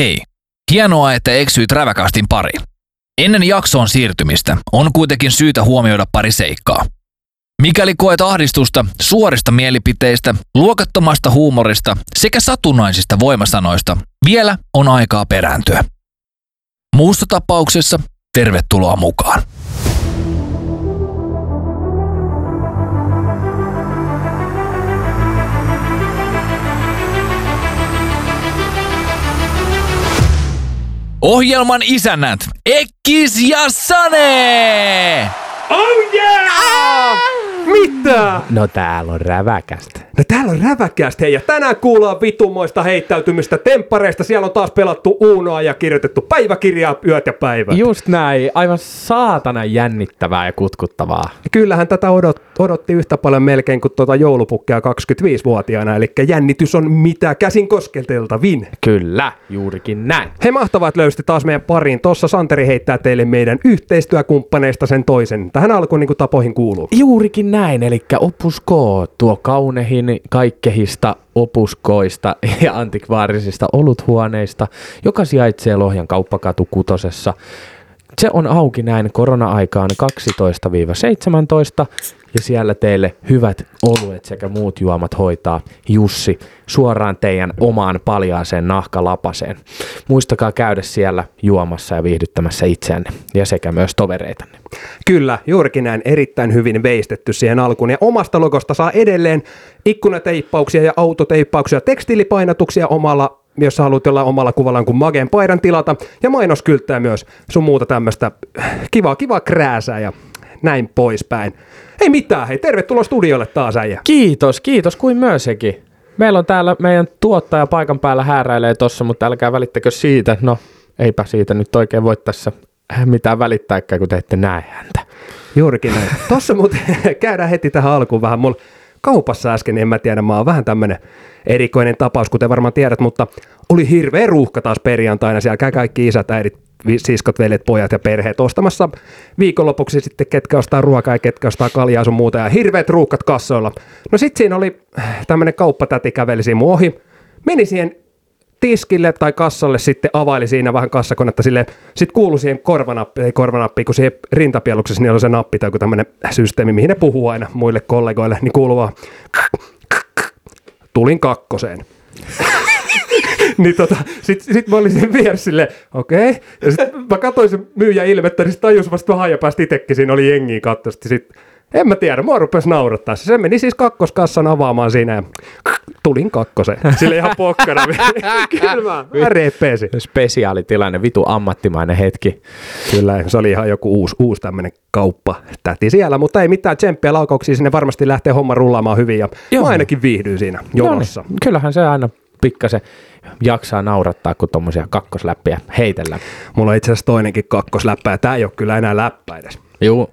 Hei, hienoa, että eksyit Räväkastin pariin. Ennen jaksoon siirtymistä on kuitenkin syytä huomioida pari seikkaa. Mikäli koet ahdistusta suorista mielipiteistä, luokattomasta huumorista sekä satunnaisista voimasanoista, vielä on aikaa perääntyä. Muussa tapauksessa tervetuloa mukaan. Ohjelman isännät Ekkis ja Sane! Oh yeah! Mitä? No täällä on räväkästä. No täällä on räväkästä, hei, ja tänään kuullaan vitumoista heittäytymistä temppareista. Siellä on taas pelattu Unoa ja kirjoitettu päiväkirjaa yöt ja päivät. Just näin, aivan saatana jännittävää ja kutkuttavaa. Kyllähän tätä odotti yhtä paljon melkein kuin joulupukkia 25-vuotiaana, eli jännitys on mitä käsin kosketeltavin. Kyllä, juurikin näin. He mahtavaa, että löysitte taas meidän pariin. Tossa Santeri heittää teille meidän yhteistyökumppaneista sen toisen. Tähän alkuun niin kuin tapoihin kuuluu. Juurikin näin, eli Opus K, tuo kaunehin kaikkehista opuskoista ja antikvaarisista oluthuoneista, joka sijaitsee Lohjan kauppakatu 6. Se on auki näin korona-aikaan 12-17 ja siellä teille hyvät oluet sekä muut juomat hoitaa Jussi suoraan teidän omaan paljaaseen nahkalapaseen. Muistakaa käydä siellä juomassa ja viihdyttämässä itseänne ja sekä myös tovereitanne. Kyllä, juurikin näin, erittäin hyvin veistetty siihen alkuun. Ja omasta logosta saa edelleen ikkunateippauksia ja autoteippauksia, tekstiilipainotuksia omalla, jos sä haluat jollain omalla kuvallaan kuin Magen paidan tilata, ja mainoskylttää myös, sun muuta tämmöistä kivaa krääsää ja näin poispäin. Ei mitään, hei, tervetuloa studiolle taas, äijä. Kiitos kuin myös sekin. Meillä on täällä meidän tuottaja paikan päällä hääräilee tossa, mutta älkää välittäkö siitä. No, eipä siitä nyt oikein voi tässä mitään välittääkään, kun te ette näe häntä. Juurikin näin. Tossa muuten käydään heti tähän alkuun vähän. Mulla kaupassa äsken, en mä tiedä, mä oon vähän tämmönen erikoinen tapaus, kuten varmaan tiedät, mutta oli hirveä ruuhka taas perjantaina. Siellä käy kaikki isät, äidit, siskot, veljet, pojat ja perheet ostamassa viikonlopuksi sitten, ketkä ostaa ruokaa ja ketkä ostaa kaljaa sun muuta, ja hirveät ruuhkat kassoilla. No sit siinä oli tämmönen kauppatäti käveli siinä mun ohi, meni siihen tiskille tai kassalle, sitten availi siinä vähän kassakonetta silleen, sit kuului siihen korvanappiin, kun siihen rintapieluksessa niin oli se nappi tai joku tämmönen systeemi, mihin ne puhuu aina muille kollegoille, niin kuuluu vaan tulin 2. Niin sit mä olin siinä vieressä silleen, okei. Ja sit mä katsoin sen myyjän ilmettä, niin sit tajus vasta vähän ja päästi itsekin, siinä oli jengiä katsoa. Sit en mä tiedä, mua rupesi naurattaa. Se meni siis kakkoskassan avaamaan siinä ja tulin 2. Sille ihan pokkana. Kyllä mä repesin. Spesiaalitilanne, vitu ammattimainen hetki. Kyllä, se oli ihan joku uusi tämmönen kauppatäti siellä, mutta ei mitään tsemppiä laukauksia, sinne varmasti lähtee homma rullaamaan hyvin ja mä ainakin viihdyin siinä jonossa. Niin. Kyllähän se aina pikkasen jaksaa naurattaa, kun tommosia kakkosläppiä heitellään. Mulla on itse asiassa toinenkin kakkosläppä ja tää ei ole kyllä enää läppä edes. Juu.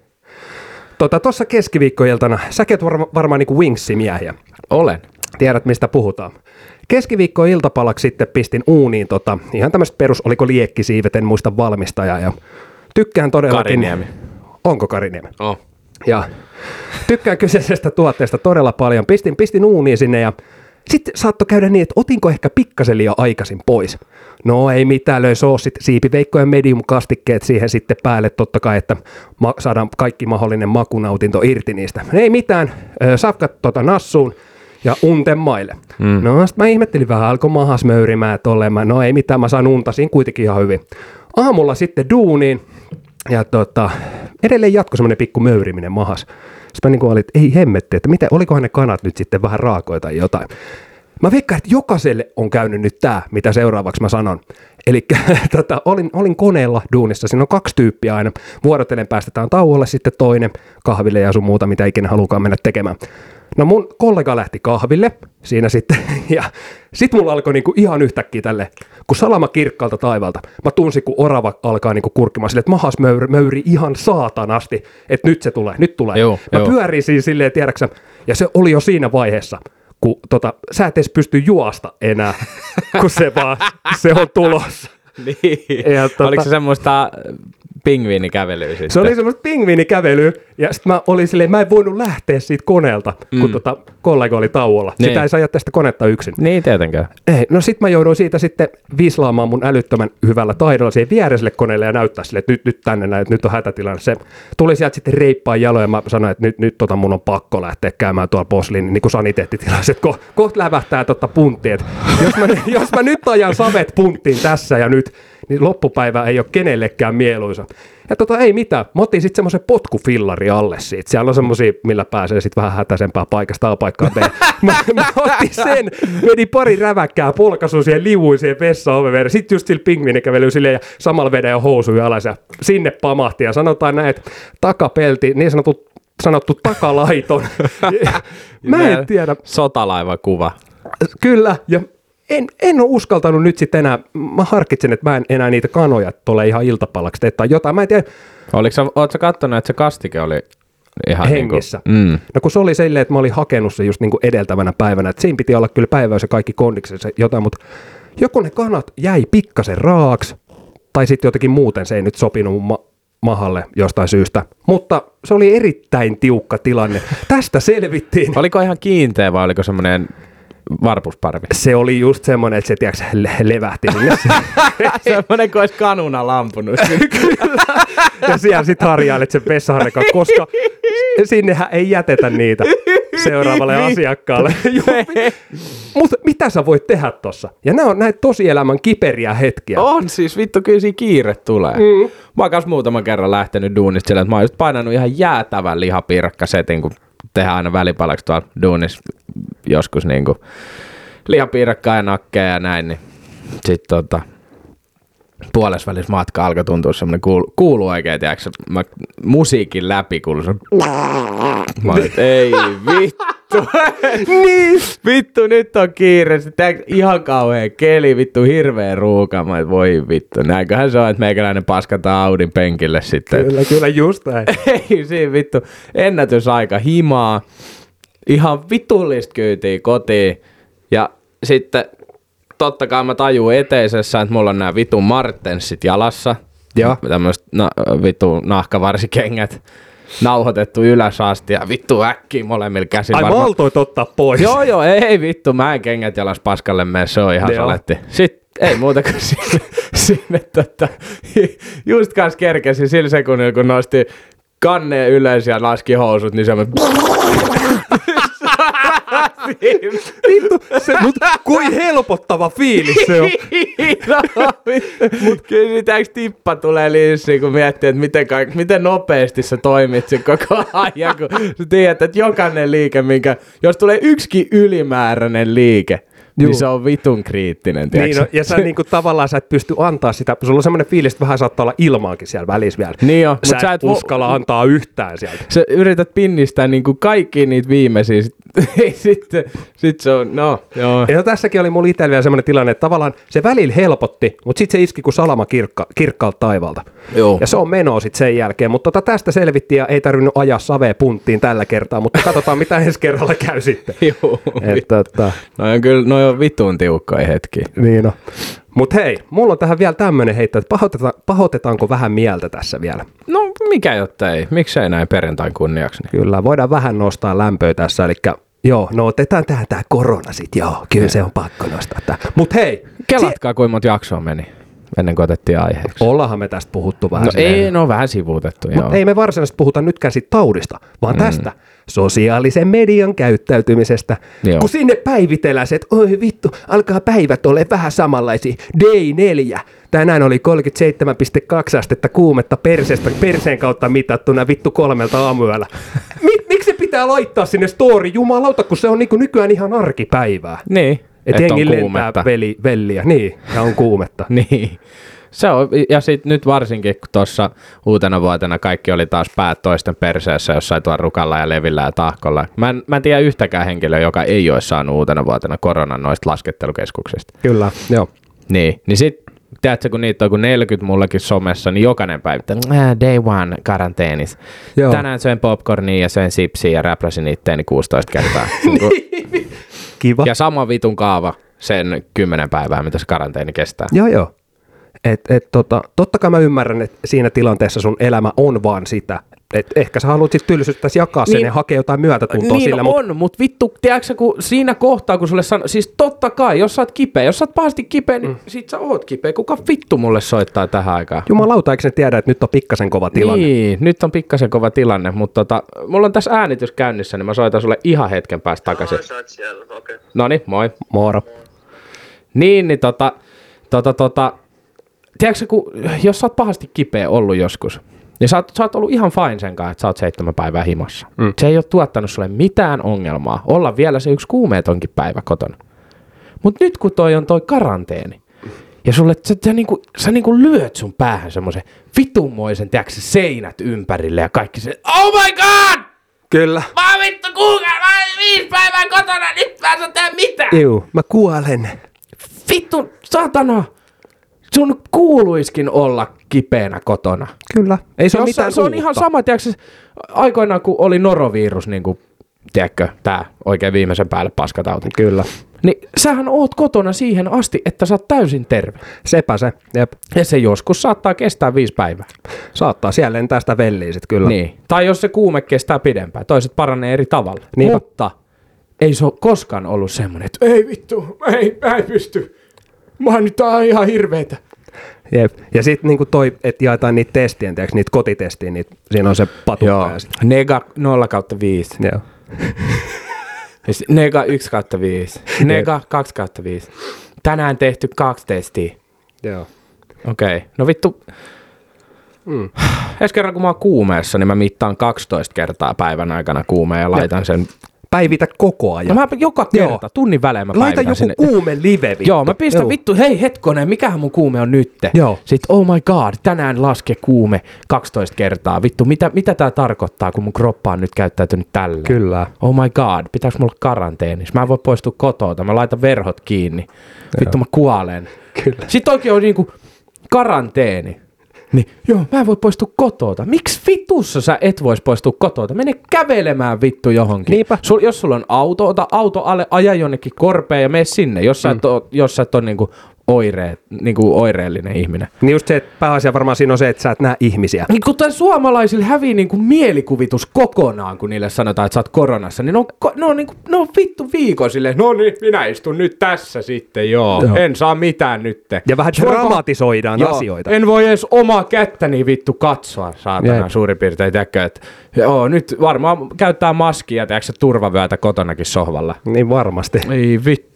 Tuossa keskiviikkoiltana, säkin oot varmaan niinku Wingsi-miehiä. Olen. Tiedät, mistä puhutaan. Keskiviikko-iltapalaksi sitten pistin uuniin ihan tämmöistä oliko liekkisiivet, en muista valmistajaa. Ja tykkään todellakin. Kariniemi. Onko Kariniemi? Oh. Ja tykkään kyseisestä tuotteesta todella paljon. Pistin uuniin sinne ja sitten saattoi käydä niin, että otinko ehkä pikkasen liian aikaisin pois. No ei mitään, löin soosit, siipiveikko ja medium-kastikkeet siihen sitten päälle totta kai, että saadaan kaikki mahdollinen makunautinto irti niistä. Ei mitään, safkat nassuun ja unten maille. No sit mä ihmettelin vähän, alkoi mahas möyrimään tolleen. No ei mitään, mä saan unta siinä kuitenkin ihan hyvin. Aamulla sitten duuniin ja edelleen jatkoi semmoinen pikku möyriminen mahas. Sitten mä niin kuin olin, että ei hemmetti, että olikohan ne kanat nyt sitten vähän raakoja tai jotain. Mä veikkaan, että jokaiselle on käynyt nyt tää, mitä seuraavaksi mä sanon. Eli olin koneella duunissa, siinä on 2 tyyppiä aina. Vuorotellen päästetään tauolle, sitten toinen kahville ja sun muuta, mitä ikinä halukaan mennä tekemään. No mun kollega lähti kahville siinä sitten, ja sit mulla alkoi niinku ihan yhtäkkiä tälle, kun salama kirkkaalta taivaalta. Mä tunsin, kun orava alkaa niinku kurkkimaan silleen, että mahas möyri ihan saatanasti, että nyt se tulee, nyt tulee. Mä pyörin siinä silleen, tiedäksä, ja se oli jo siinä vaiheessa, kun sä et edes pysty juosta enää, kun se on tulossa. Niin. Ja, oliko se semmoista pingviinikävelyä sitten. Se oli semmoista pingviinikävelyä, ja sitten mä olin silleen, mä en voinut lähteä siitä koneelta, kun kollega oli tauolla. Niin. Sitä ei saa jättää sitä konetta yksin. Niin, tietenkään. Ei, no sit mä jouduin siitä sitten vislaamaan mun älyttömän hyvällä taidolla siihen viereiselle koneelle ja näyttää sille, että nyt tänne näin, että nyt on hätätilanne. Se tuli sieltä sitten reippaan jaloin ja mä sanoin, että nyt mun on pakko lähteä käymään tuolla Boslin niin kuin saniteettitilassa, että kohta lävähtää puntti. Jos mä nyt ajan savet punttiin tässä ja nyt, niin loppupäivä ei ole kenellekään mieluisa. Ja ei mitään. Mä otin sitten semmoisen potkufillari alle siitä. Siellä on semmosia, millä pääsee sitten vähän hätäisempää paikasta A paikkaan B. Mä otin sen, meni pari räväkkää, polkaisuun siihen liuuin siihen vessaan oven verran. Sitten just sillä pingviinikävelyy silleen ja samalla vedän jo housuja alas ja sinne pamahti. Ja sanotaan näin, että takapelti, niin sanottu takalaiton. Mä en tiedä. Sotalaivakuva. Kyllä, ja en ole uskaltanut nyt sitten enää, mä harkitsen, että mä en enää niitä kanoja tule ihan iltapalaksi tehdä tai jotain, mä en tiedä. Ootko sä kattonut, että se kastike oli ihan hengissä? No kun se oli silleen, että mä olin hakenut se just niin kuin edeltävänä päivänä, että siinä piti olla kyllä päiväys ja kaikki kondiksensa jotain, mutta joko ne kanat jäi pikkasen raaksi, tai sitten jotenkin muuten se ei nyt sopinut mun mahalle jostain syystä, mutta se oli erittäin tiukka tilanne. Tästä selvittiin. Oliko ihan kiinteä vai oliko semmoinen varpusparvi? Se oli just semmoinen, että se tiiäks, levähti sinne. Semmoinen kuin olisi kanuna lampunut. Kyllä. Ja siellä sitten harjailet sen vessaharjan, koska sinnehän ei jätetä niitä seuraavalle asiakkaalle. Mutta mitä sä voit tehdä tossa? Ja nämä on näitä tosielämän kiperiä hetkiä. On siis, vittu, kyllä siinä kiire tulee. Mä oon kanssa muutaman kerran lähtenyt duunista sillä, että mä oon just painanut ihan jäätävän lihapiirakkasetin, kun tehdään aina välipalaksi tuolla duunissa joskus niinku lihapiirakkaa ja nakkeja ja näin, niin sit puolesvälissä matka alkoi tuntua semmoinen kuulu oikein, tiiäksä, musiikin läpi kuului se. Mä olin, ei vittu. Niin. Vittu, nyt on kiire. Sitten ihan kauhea keli, vittu, hirveä ruuka. Mä olin, voi vittu, näinköhän se on, että meikäläinen paskataan Audin penkille sitten. Kyllä just näin. Ei siinä vittu, ennätysaika himaa. Ihan vitullista kyytiä kotiin. Ja sitten totta kai mä tajuun eteisessä, että mulla on nämä vitun Martensit jalassa. Joo. Tämmöiset vittu nahkavarsikengät nauhoitettu ylös asti ja vittu äkkiä molemmilla käsillä. Ai valtoit ottaa pois. Joo, ei vittu, mä en kengät jalas paskalle mene, se on ihan saletti. Sitten ei muuta kuin sinne just kans kerkesin sillä sekunnilla, kun nosti kanneen ylös ja laski housut, niin semmoinen vittu, mut kuin helpottava fiilis se on. Mut kyllä sitä tippa tulee lissiin, kun miettii, että miten nopeasti sä toimit sen koko ajan, kun sä tiedät, että jokainen liike, jos tulee yksikin ylimääräinen liike, niin se on vitun kriittinen, niin, no, ja sä niinku tavallaan sä et pysty antaa sitä, sulla on semmoinen fiilis, että vähän saattaa olla ilmaankin siellä välissä vielä. Niin jo, sä et uskalla antaa yhtään sieltä. Sä yrität pinnistää niinku kaikki niitä viimeisiä, sit se on, no joo. Ja tässäkin oli mulla itsellä vielä semmoinen tilanne, että tavallaan se välillä helpotti, mutta sit se iski kuin salama kirkkaalta taivalta. Joo. Ja se on menoa sit sen jälkeen, mutta tästä selvittiin ja ei tarvinnut ajaa savea punttiin tällä kertaa, mutta katsotaan mitä ensi kerralla käy sitten. Joo. No on vitun tiukkoja hetki. Niin no. Mut hei, mulla on tähän vielä tämmönen heitto, että pahoitetaanko vähän mieltä tässä vielä? No mikä jotta ei, miksei näin perjantain kunniaksi? Niin. Kyllä, voidaan vähän nostaa lämpöä tässä, eli joo, no otetaan tähän tää korona sit, joo, kyllä se on pakko nostaa tää. Mut hei. Kelatkaa kuinka monta jaksoa meni ennen kuin otettiin aiheeksi. Ollaanhan me tästä puhuttu vähän. No ei, no vähän sivuutettu, joo. Ei me varsinaisesti puhuta nytkään siitä taudista, vaan tästä sosiaalisen median käyttäytymimestä. Joo. Kun sinne päivitellään se, että oi vittu, alkaa päivät ole vähän samanlaisia. Day 4. Tänään oli 37,2 astetta kuumetta perseen kautta mitattuna vittu 3 aamuyöllä. Miksi se pitää laittaa sinne story? Jumalauta, kun se on niinku nykyään ihan arkipäivää. Niin. Että jengi lentää velliä. Niin, ja on kuumetta. Niin. Se on, ja sitten nyt varsinkin, kun tuossa uutena vuotena kaikki oli taas päät toisten perseessä jossain tuolla Rukalla ja Levillä ja Tahkolla. Mä en tiedä yhtäkään henkilöä, joka ei olisi saanut uutena vuotena koronan noista laskettelukeskuksista. Kyllä, joo. Niin sitten, tiedätkö, kun niitä on kuin 40 mullakin somessa, niin jokainen päivä, day one karanteenis. Joo. Tänään söin popcornia ja söin sipsiä ja räpläsin itteeni 16 kertaa. Kiva. Ja sama vitun kaava sen 10 päivää, mitä se karanteeni kestää. Joo. Totta kai mä ymmärrän, että siinä tilanteessa sun elämä on vaan sitä. Et ehkä sä haluat siis tylsyyttäisi jakaa sen ja hakea jotain myötätuntoa niin sillä. on, mutta vittu, tiedätkö kun siinä kohtaa, kun sulle sanoo, siis totta kai, jos sä oot kipeä, jos sä oot pahasti kipeä, niin sit sä oot kipeä. Kuka vittu mulle soittaa tähän aikaan? Jumalauta, eikö ne tiedä, että nyt on pikkasen kova tilanne? Niin, nyt on pikkasen kova tilanne, mutta mulla on tässä äänitys käynnissä, niin mä soitan sulle ihan hetken päästä takaisin. Sä oot siellä, okei. Okay. Noniin, moi. Moro. Niin, tiedätkö, jos sä oot pahasti kipeä ollut joskus, niin sä oot ollut ihan fine sen kanssa, että sä oot 7 päivää himassa. Se ei ole tuottanut sulle mitään ongelmaa olla vielä se yksi kuumeetonkin päivä kotona. Mutta nyt kun toi on toi karanteeni, ja sulle, sä niinku lyöt sun päähän semmoisen vitunmoisen, tiedätkö, seinät ympärille ja kaikki se, oh my god! Kyllä. Mä oon vittu kuukauden, mä oon 5 päivää kotona, nyt mä en saa tehdä mitään! Juu, mä kuolen. Vittu, satana! Sun kuuluiskin olla kipeänä kotona. Kyllä. Ei se ole mitään se on ihan sama, tiedätkö, aikoinaan kun oli norovirus, niin kuin, tiedätkö, tää oikein viimeisen päälle paskatauti. Kyllä. Niin sähän oot kotona siihen asti, että sä oot täysin terve. Sepä se, jep. Ja se joskus saattaa kestää 5 päivää. Saattaa, siellä lentää sitä velliä sit kyllä. Niin. Tai jos se kuume kestää pidempään, toiset paranee eri tavalla. Niinpä. Mutta ei se ole koskaan ollut semmoinen, että ei vittu, mä ei pysty. Mä oon nyt ihan hirveetä. Jep. Ja sitten niinku toi, että jaetaan niitä testien, tiedätkö, niitä kotitestiä, niin siinä on se patukka. Joo, nega 0/5. Joo. Nega 1/5. Nega 2/5. Tänään tehty 2 testiä. Joo. Okei. No vittu. Ensi kerran kun mä oon kuumeessa, niin mä mittaan 12 kertaa päivän aikana kuumeen ja laitan sen. Päivitä koko ajan. No mä joka kerta, tunnin välein mä Laita päivitän joku sinne. kuume live, vittu. Joo, mä pistän vittu, hei hetkonen, mikähän mun kuume on nytte? Joo. Sitten oh my god, tänään laske kuume 12 kertaa. Vittu, mitä tää tarkoittaa, kun mun kroppa on nyt käyttäytynyt tälleen? Kyllä. Oh my god, pitääkö mulla karanteenissa? Mä en voi poistua kotota, mä laitan verhot kiinni. Vittu, mä kuolen. Kyllä. Sitten oikein on niinku karanteeni. Niin, joo, mä en voi poistua kotota. Miksi vitussa sä et vois poistua kotota? Mene kävelemään vittu johonkin. Niinpä. Jos sulla on auto, ota auto alle, aja jonnekin korpeen ja mene sinne, jos sä et ole niinku oireellinen ihminen. Niin just se, että pääasia varmaan siinä on se, että sä et näe ihmisiä. Niin kun suomalaisille hävii niinku mielikuvitus kokonaan, kun niille sanotaan, että sä oot koronassa, niin ne on vittu viikon silleen, no niin, minä istun nyt tässä sitten, joo. En saa mitään nytte. Ja vähän dramatisoidaan asioita. En voi edes omaa kättäni vittu katsoa, saatana, suurin piirtein, tiedätkö, että joo, nyt varmaan käyttää maskia, tiedätkö, turvavyötä kotonakin sohvalla. Niin varmasti. Ei vittu.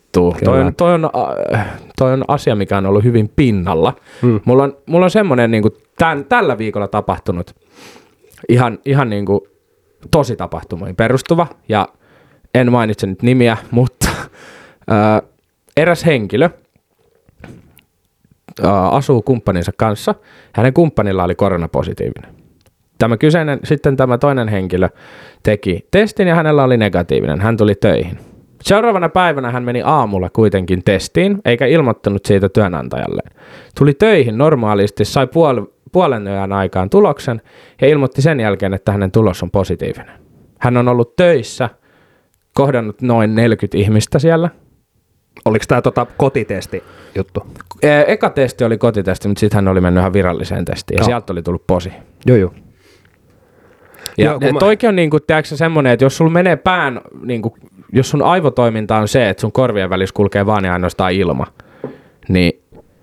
Toi on asia, mikä on ollut hyvin pinnalla. Mulla on semmoinen niin kuin tällä viikolla tapahtunut ihan niin kuin tosi tapahtumiin perustuva, ja en mainitse nyt nimiä, mutta eräs henkilö asuu kumppaninsa kanssa. Hänen kumppanilla oli koronapositiivinen. Tämä toinen henkilö teki testin ja hänellä oli negatiivinen. Hän tuli töihin. Seuraavana päivänä hän meni aamulla kuitenkin testiin, eikä ilmoittanut siitä työnantajalleen. Tuli töihin normaalisti, sai puolen yön aikaan tuloksen ja ilmoitti sen jälkeen, että hänen tulos on positiivinen. Hän on ollut töissä, kohdannut noin 40 ihmistä siellä. Oliko tämä kotitesti juttu? Eka testi oli kotitesti, mutta sitten hän oli mennyt ihan viralliseen testiin ja sieltä oli tullut posi. Joo. Ja toikin on niinku, tiedätkö, semmoinen, että jos sulla menee pään, niinku, jos sun aivotoiminta on se, että sun korvien välissä kulkee vaan ja ainoastaan ilma, niin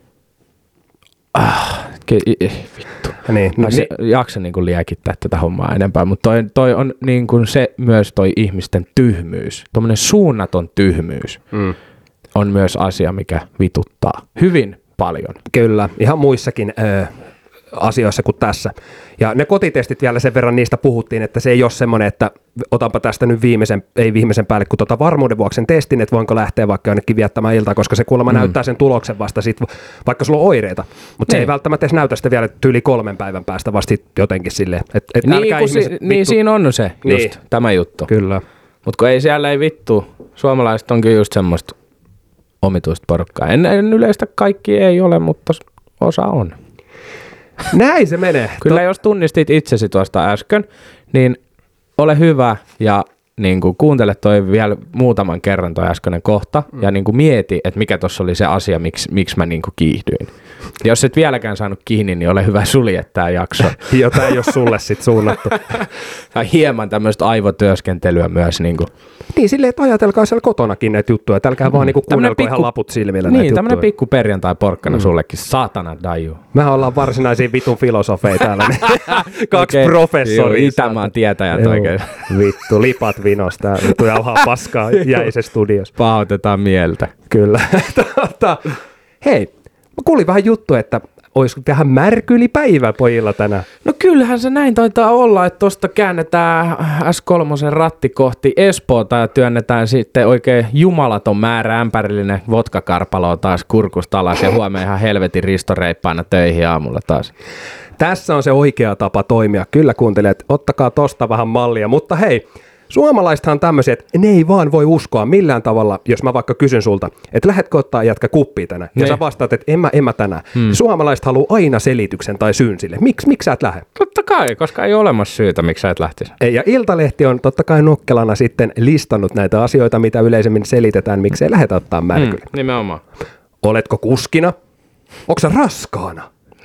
vittu. Niin, jaksa niinku liekittää tätä hommaa enempää, mutta toi on niinku se myös toi ihmisten tyhmyys, tommonen suunnaton tyhmyys on myös asia, mikä vituttaa hyvin paljon. Kyllä, ihan muissakin asioissa kuin tässä. Ja ne kotitestit vielä sen verran niistä puhuttiin, että se ei ole semmoinen, että otanpa tästä nyt viimeisen päälle, kun varmuuden vuoksi sen testin, että voinko lähteä vaikka jonnekin viettämään iltaa, koska se kuulemma näyttää sen tuloksen vasta sit, vaikka sulla on oireita. Mutta se ei välttämättä edes näytä sitä vielä yli 3 päivän päästä vasta jotenkin silleen. Niin siinä on se just tämä juttu. Kyllä. Mutta kun siellä ei vittu, suomalaiset onkin just semmoista omituista porukkaa. En yleistä kaikki ei ole, mutta osa on. Näin se menee. Kyllä jos tunnistit itsesi tuosta äsken, niin ole hyvä ja niin kuin, kuuntele toi vielä muutaman kerran toi äskeinen kohta ja niin kuin, mieti, että mikä tuossa oli se asia, miksi mä niin kuin, kiihdyin. Ja jos et vieläkään saanut kiinni, niin ole hyvä sulje tää jakso. Jota ei ole sulle sit suunnattu. Ja hieman tämmöistä aivotyöskentelyä myös. Niin silleen, että ajatelkaa siellä kotonakin näitä juttuja, että älkää vaan niinku kuunnelko ihan laput silmillä näitä niin, tämmönen juttuja. pikku perjantai-porkkana sullekin. Saatana daju. Mehän ollaan varsinaisia vitun filosofeja täällä. Kaksi professoria. Itämaan tietäjät oikein. Vittu, lipat vinosta. Vittu jauhaa paskaa jäise studiossa. Pahoitetaan mieltä. Kyllä. Hei, mä kuulin vähän juttu, että olisiko tähän märkylipäivä pojilla tänään? No kyllähän se näin taitaa olla, että tosta käännetään S3 ratti kohti Espoota ja työnnetään sitten oikein jumalaton määrä ämpärillinen vodkakarpaloa taas kurkusta alas ja huomenna ihan helvetin ristoreippaana töihin aamulla taas. Tässä on se oikea tapa toimia. Kyllä kuuntelijat, ottakaa tosta vähän mallia, mutta hei, suomalaisethan on tämmöisiä, että ne ei vaan voi uskoa millään tavalla, jos mä vaikka kysyn sulta, että lähdetkö ottaa jätkä kuppia tänään? Ja sä vastaat, että en mä tänään. Suomalaiset haluaa aina selityksen tai syyn sille. Miksi sä et lähde? Totta kai, koska ei ole olemassa syytä, miksi sä et lähtisi. Ja Iltalehti on totta kai nokkelana sitten listannut näitä asioita, mitä yleisemmin selitetään, miksi ei lähdetä ottaa märkyli. Nimenomaan. Oletko kuskina? Onko sä raskaana?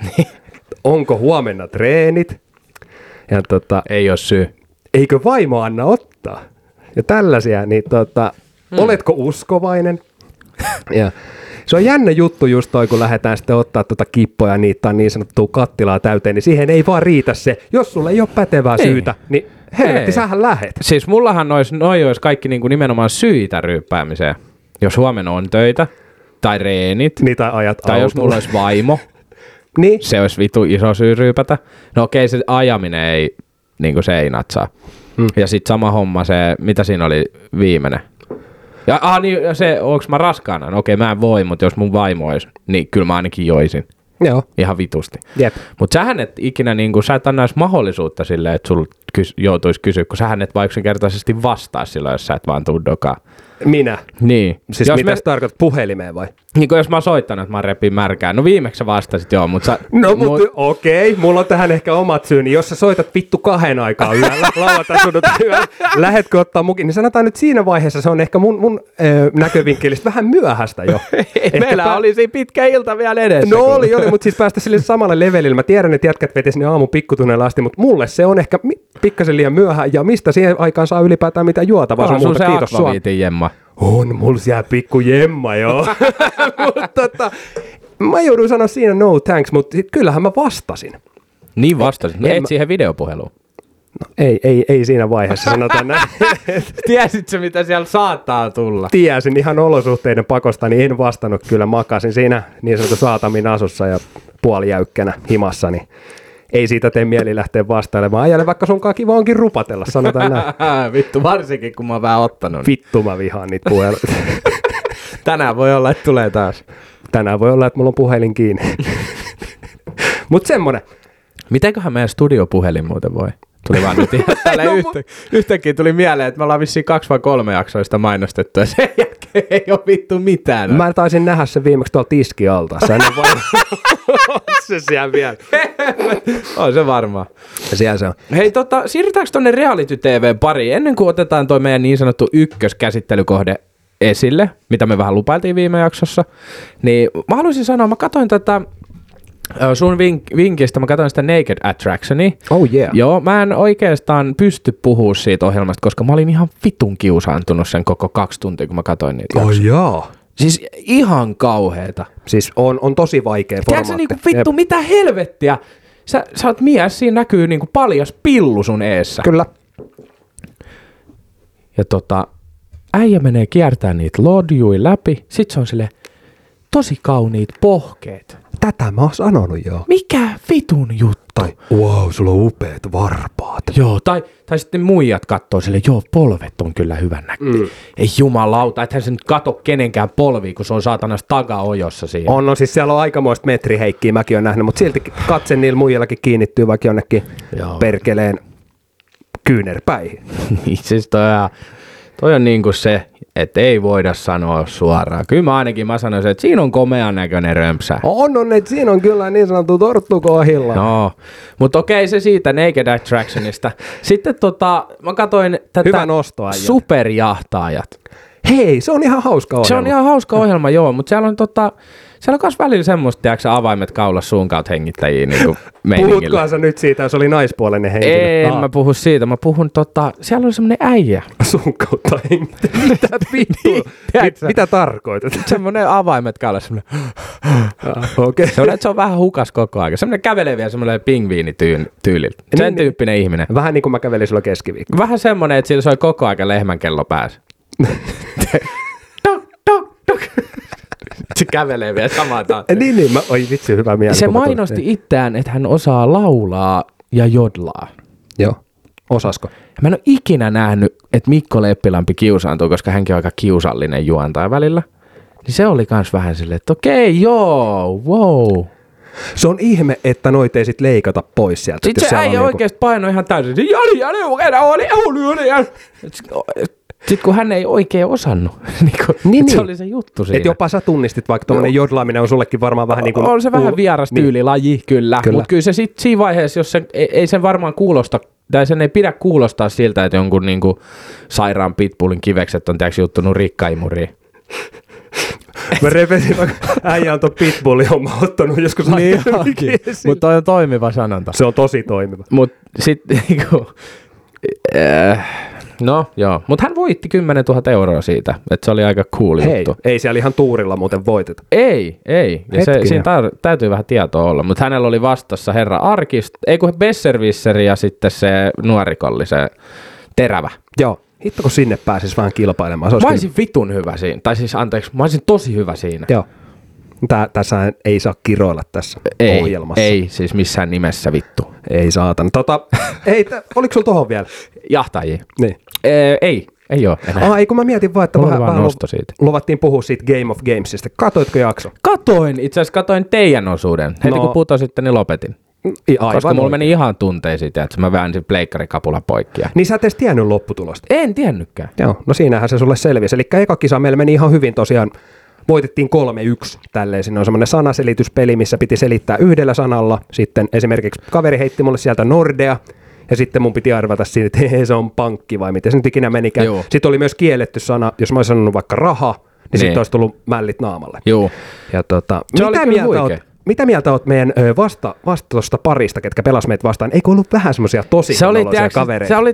Onko huomenna treenit? Ja ei ole syy. Eikö vaimo anna ottaa? Ja tällaisia, niin oletko uskovainen? Ja se on jännä juttu just toi, kun lähdetään sitten ottaa kippoja ja niitä niin sanottua kattilaa täyteen, niin siihen ei vaan riitä se. Jos sulla ei ole pätevää syytä, niin helvetti, sähän lähet. Siis mullahan olisi kaikki niinku nimenomaan syitä ryyppäämiseen. Jos huomenna on töitä, tai reenit, niin, tai ajat tai jos mulla olisi vaimo, niin. Se olisi vitu iso syy ryypätä. No okei, se ajaminen ei, niinku se ei natsaa. Ja sitten sama homma se, mitä siinä oli viimeinen. Ja niin se, onko mä raskaana? No okei, mä en voi, mutta jos mun vaimo olisi, niin kyllä mä ainakin joisin. Joo. Ihan vitusti. Jep. Mutta sähän et ikinä, niinku, sä et anna edes mahdollisuutta silleen, että sul joutuisi kysyä, kun sähän et vaikka vastaa silloin, jos sä et vaan tuu dokaan. Minä? Niin. Siis mitä sä tarkoitat, puhelimeen vai? Niin jos mä oon soittanut, että mä repin märkää. No viimeksi sä vastasit joo, mutta sä... No mutta okei, mulla on tähän ehkä omat syyni. Jos sä soitat vittu 2 aikaa yöllä, lauantai yöllä, lähetkö ottaa mukin, niin sanotaan nyt siinä vaiheessa se on ehkä mun näkövinkkelistä vähän myöhäistä jo. Meillä oli siinä pitkä ilta vielä edessä. No oli, mutta siis päästä sille samalle levelille. Mä tiedän, että jätkät veti sinne aamun pikkutunneilla asti, mutta mulle se on ehkä pikkasen liian myöhään. Ja mistä siihen aikaan saa ylipäätään mitään juotavaa? On sun se akvaviitin jemma. On, mulla siellä pikku jemma, joo. Mutta mä joudun sanoa siinä no thanks, mutta kyllähän mä vastasin. Niin vastasin. Et siihen videopuheluun. No, ei siinä vaiheessa, sanotaan näin. Tiesitkö, mitä siellä saattaa tulla? Tiesin ihan olosuhteiden pakosta, niin en vastannut kyllä. Makasin siinä niin sanottu saatamin asussa ja puolijäykkänä himassa, niin ei siitä tee mieli lähteä vastailemaan. Ajalle vaikka sunkaan kiva onkin rupatella, sanotaan näin. Vittu, varsinkin kun mä oon vähän ottanut. Vittu mä vihaan niitä puheluita. Tänään voi olla, että tulee taas. Tänään voi olla, että mulla on puhelin kiinni. Mut semmonen. Mitenköhän meidän studiopuhelin muuten voi? Tuli vaan nyt yhtäkkiä tuli mieleen, että me ollaan vissiin 2 vai 3 jaksoista mainostettu ja sen jälkeen ei ole vittu mitään. Mä taisin nähdä sen viimeksi tuolla tiskialtaassa. Se siellä vielä. On se varmaan. Siellä se on. Hei, siirrytäänkö tonne Reality TV pariin? Ennen kuin otetaan toi meidän niin sanottu ykköskäsittelykohde esille, mitä me vähän lupailtiin viime jaksossa, niin mä haluaisin sanoa, mä katsoin tätä sun vinkistä, mä katsoin sitä Naked Attractionia. Oh yeah. Joo, mä en oikeastaan pysty puhumaan siitä ohjelmasta, koska mä olin ihan vitun kiusaantunut sen koko 2 tuntia, kun mä katsoin niitä jaksoja. Jaa. Siis ihan kauheeta. Siis on tosi vaikea formaatti. Tiedätkö niinku vittu, mitä helvettiä? Sä oot mies, siinä näkyy niinku paljas pillu sun eessä. Kyllä. Ja äijä menee kiertää niitä lodjui läpi, sit se on silleen tosi kauniit pohkeet. Tätä mä oon sanonut joo. Mikä vitun juttu? Tai wow, sulla on upeat varpaat. Joo, tai sitten muijat kattoo silleen, joo, polvet on kyllä hyvän näköinen. Ei jumalauta, ethän se nyt kato kenenkään polvia, kun se on saatanais tagaojossa siinä. On, siis siellä on aikamoista metriheikkiä, mäkin oon nähnyt, mutta silti katse niillä muillakin kiinnittyy vaikka jonnekin perkeleen kyynärpäihin. Niin siis Toi on niinku se, että ei voida sanoa suoraan. Kyllä mä sanoisin, että siinä on komean näköinen römpsä. On, että siinä on kyllä niin sanottu torttukohilla. No, mutta okei, se siitä Naked Attractionista. Sitten mä katsoin tätä Hyvä nosto, äijät. Superjahtaajat. Hei, se on ihan hauska ohjelma. Se on ihan hauska ohjelma, joo, mutta siellä on myös välillä semmoista, tiedätkö, avaimet kaulassa suun kautta hengittäjiä niin meiningillä. Puhutkohan sä nyt siitä, jos oli naispuolinen henkilö? En mä puhu siitä, mä puhun siellä oli semmoinen äijä. Sun kautta hengittäjiä. Mitä vittua? Mitä tarkoitat? Semmoinen avaimet kaulassa, semmoinen. Okei. Se on, että se on vähän hukas koko ajan. Semmoinen kävelee vielä semmoinen pingviinityylillä. Sen tyyppinen ihminen. Vähän niin kuin mä kävelin silloin keskiviikko. Vähän semmoinen, että sillä soi koko ajan lehmän kello päässä. Se kävelee vielä samaan tahtiin. Niin, oi vitsi, hyvä mielikuva. Se mainosti itseään, että hän osaa laulaa ja jodlaa. Joo, osasko? Mä en ole ikinä nähnyt, että Mikko Leppilampi kiusaantuu, koska hänkin on aika kiusallinen juontaja välillä. Niin se oli kans vähän silleen, että okei, joo, wow. Se on ihme, että noit ei sit leikata pois sieltä. Sitten se äijä oikeesti painoi ihan täysin. Sitten kun hän ei oikein osannut, niin. Se oli se juttu siinä. Että jopa sä tunnistit, vaikka tuommoinen jodlaaminen on sullekin varmaan vähän niin kuin... On se vähän vieras tyylilaji, kyllä. Mutta kyllä se sitten siinä vaiheessa, jos ei sen varmaan kuulosta, tai sen ei pidä kuulostaa siltä, että jonkun niinku sairaan pitbullin kivekset on tiiäks juttunut rikkaimuriin. Mä repesin, vaikka äijä on tuon pitbullin homma ottanut joskus aikaisemminkin esiin. Mutta toi on toimiva sanonta. Se on tosi toimiva. Mutta sitten niinku... No joo, mutta hän voitti 10 000 euroa siitä, että se oli aika cool juttu. Ei siellä ihan tuurilla muuten voiteta. Ei. Ja siinä täytyy vähän tietoa olla, mutta hänellä oli vastassa herra Arkist, ei kun Besservisseri ja sitten se nuorikolli, se Terävä. Joo, hitto kun sinne pääsis vähän kilpailemaan. Mä olisin vitun hyvä siinä, tai siis anteeksi, mä olisin tosi hyvä siinä. Joo. Tässä ei saa kiroilla tässä ohjelmassa. Ei, siis missään nimessä vittu. Ei saatan. Oliko sulla tohon vielä? Jahtajia. Niin. Ei oo enää. Ei kun mä mietin vaan, että vähän siitä. Luvattiin puhua siitä Game of Gamesista. Katoitko jakso? Itse asiassa katoin teidän osuuden. Heti kun putositte, niin lopetin. Koska mulla meni ihan tunteja siitä, että mä väänsin pleikkarikapula poikki. Niin sä et edes tiennyt lopputulosta? En tiennytkään. Joo, no siinähän se sulle selvisi. Eli eka kisa meillä meni ihan hyvin tosiaan. Voitettiin 3-1 tälleen. Siinä on semmoinen sanaselityspeli, missä piti selittää yhdellä sanalla. Sitten esimerkiksi kaveri heitti mulle sieltä Nordea. Ja sitten mun piti arvata siinä, että hei, se on pankki vai miten se nyt ikinä menikään. Joo. Sitten oli myös kielletty sana, jos mä olisin sanonut vaikka raha, niin sitten olisi tullut mällit naamalle. Joo. Ja mitä mieltä oot meidän vastatosta parista, ketkä pelas meitä vastaan? Eikö ollut vähän semmoisia tosi kanoloisia kavereita? Se oli,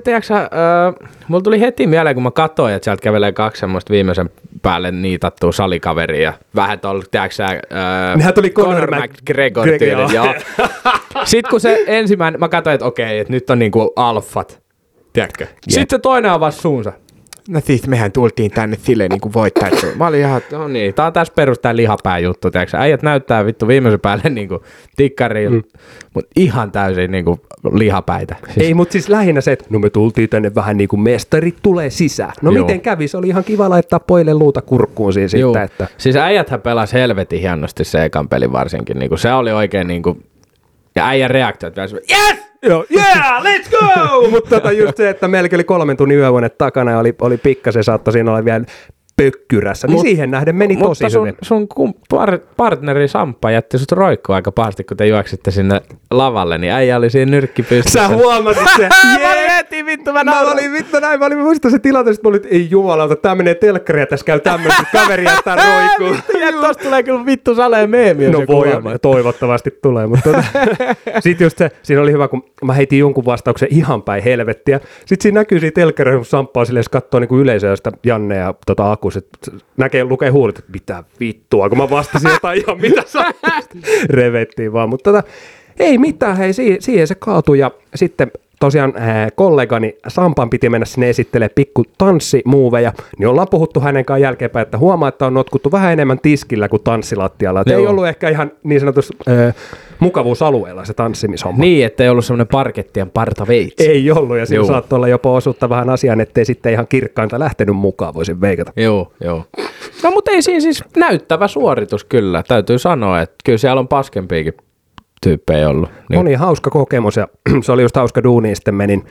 mulla tuli heti mieleen, kun mä katsoin, että sieltä kävelee 2 semmoista viimeisen päälle niitattua salikaveria. Vähän tuolla, nehän tuli Conor McGregor tyyli, joo. Sitten kun se ensimmäinen, mä katsoin, että okei, että nyt on niinku alfat, tiedätkö? Sitten se toinen avasi suunsa. No siis mehän tultiin tänne silleen niin kuin voittajat. Mä olin ihan, no niin, tää on tässä perus tää lihapää juttu, tiiäksä. Äijät näyttää vittu viimeisen päälle niinku tikkariin, mut ihan täysin niinku lihapäitä. Siis. Ei, mut siis lähinnä se, että no me tultiin tänne vähän niinku mestarit tulee sisään. No joo. Miten kävi? Se oli ihan kiva laittaa poille luuta kurkkuun siinä sitten. Että... Siis äijäthän pelasi helvetin hienosti se ekan pelin varsinkin. Niinku, se oli oikein niinku, ja äijän reaktiot vielä semmoinen, yes! Joo, yeah, let's go! Mutta just se, että melkein oli 3 tunnin yövuonet takana ja oli pikkasen saattoi siinä olla vielä pökkyrässä, niin siihen nähden meni tosi hyvin. Sun partneri Samppa jätti sut roikkoon aika pahasti, kun te juoksitte sinne lavalle, niin äijä oli siinä nyrkki pystyssä. Sä huomasit se. Mä olin heti vittu, mä olin vittu näin, mä olin muistaa se tilanteessa, että mä olin, ei jumalauta, tää menee telkkaria, tässä käy tämmöistä kaveri jättää roikkuun. Tosta tulee kyllä vittu saleen meemi. No voi, toivottavasti tulee, mutta sit just se, siinä oli hyvä, kun mä heitin jonkun vastauksen ihan päin helvettiä. Sit siinä näkyy siitä telkkaria, kun Samppaa silleen, jos katsoo niinku yleisöä sitä Janne ja Aku, lukee huulit, että mitä vittua, kun mä vastasin jotain ihan mitä revettiin vaan, mutta ei mitään, hei, siihen se kaatui ja sitten tosiaan kollegani Sampan piti mennä sinne esittelemään pikku tanssimuoveja, niin ollaan puhuttu hänen kanssaan jälkeenpäin, että huomaa, että on notkuttu vähän enemmän tiskillä kuin tanssilattialla, että ei ollut ehkä ihan niin sanotusti mukavuusalueella se tanssimisomma. Niin, ettei ollut semmoinen parkettien partaveitsi. Ei ollut, ja siinä saattoi olla jopa osuutta vähän asiaan, ettei sitten ihan kirkkainta lähtenyt mukaan, voisin veikata. Joo. No mutta ei siinä siis näyttävä suoritus kyllä, täytyy sanoa, että kyllä siellä on paskempiakin tyyppejä ollut. Niin. Oli hauska kokemus ja se oli just hauska duuni, sitten menin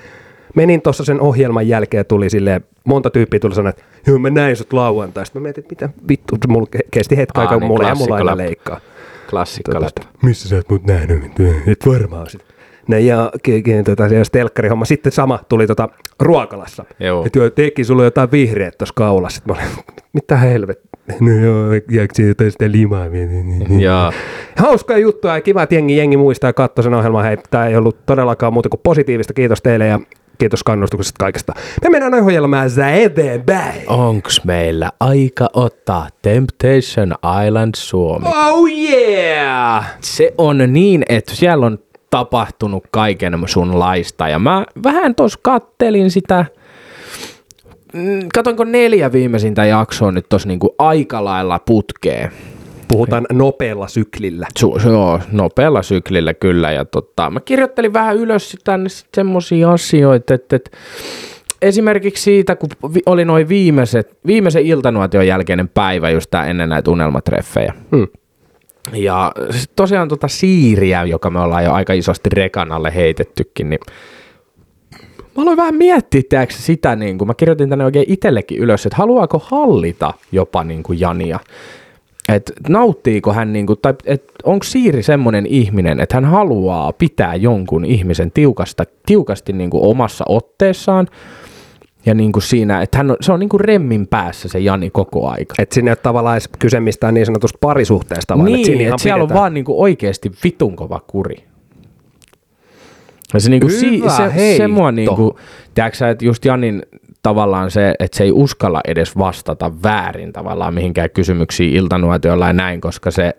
Menin tuossa sen ohjelman jälkeen, tuli silleen, monta tyyppiä tuli sanoa, että joo, mä näin sut lauantai. Sitten mä mietin, että mitä vittu, mulla kesti hetki aikaa, niin, mulla aina leikkaa. Klassikkoläppä. Missä sä oot mut nähnyt? Et varmaan sit. Näin ja telkkarihomma. Sitten sama tuli ruokalassa. Että joo, teki sulla jotain vihreät tuossa kaulassa. Sitten mä olin, mitä helvettiä. No joo, jääkö se jotain sitä limaa? Jaa. Hauskaa juttua ja kiva, että jengi muistaa ja katsoi sen ohjelman. Hei, tää ei ollut todellakaan muuta kuin positiivista. Kiitos teille ja kiitos kannustuksesta kaikesta. Me mennään ohjelmaan eteenpäin. Onks meillä aika ottaa Temptation Island Suomi? Oh yeah! Se on niin, että siellä on tapahtunut kaiken sunlaista ja mä vähän tuossa kattelin sitä, katonko 4 viimeisintä jaksoa nyt tuossa niinku aika lailla putkeen. Puhutaan nopealla syklillä. Joo, nopealla syklillä kyllä ja mä kirjoittelin vähän ylös tänne semmosia asioita, että esimerkiksi siitä, kun oli noin viimeisen iltanuotion jälkeinen päivä just tää ennen näitä unelmatreffejä. Ja tosiaan siiriä, joka me ollaan jo aika isosti rekan alle heitettykin, niin mä aloin vähän miettiä sitä, niin kun mä kirjoitin tänne oikein itsellekin ylös, että haluaako hallita jopa niin kuin Jania. Että nauttiiko hän, niin kuin, tai onko Siiri semmoinen ihminen, että hän haluaa pitää jonkun ihmisen tiukasti niin kuin omassa otteessaan, ja niin kuin siinä, että se on niin kuin remmin päässä se Jani koko aika. Että sinne ei ole tavallaan kyse mistään niin sanotusta parisuhteesta, vaan niin, että siinä että siellä on vaan niin kuin oikeasti vitun kova kuri. Ja se, niin kuin se mua niin kuin, tiedätkö että just Janin tavallaan se, että se ei uskalla edes vastata väärin tavallaan mihinkään kysymyksiin iltanuotiolla ja näin, koska se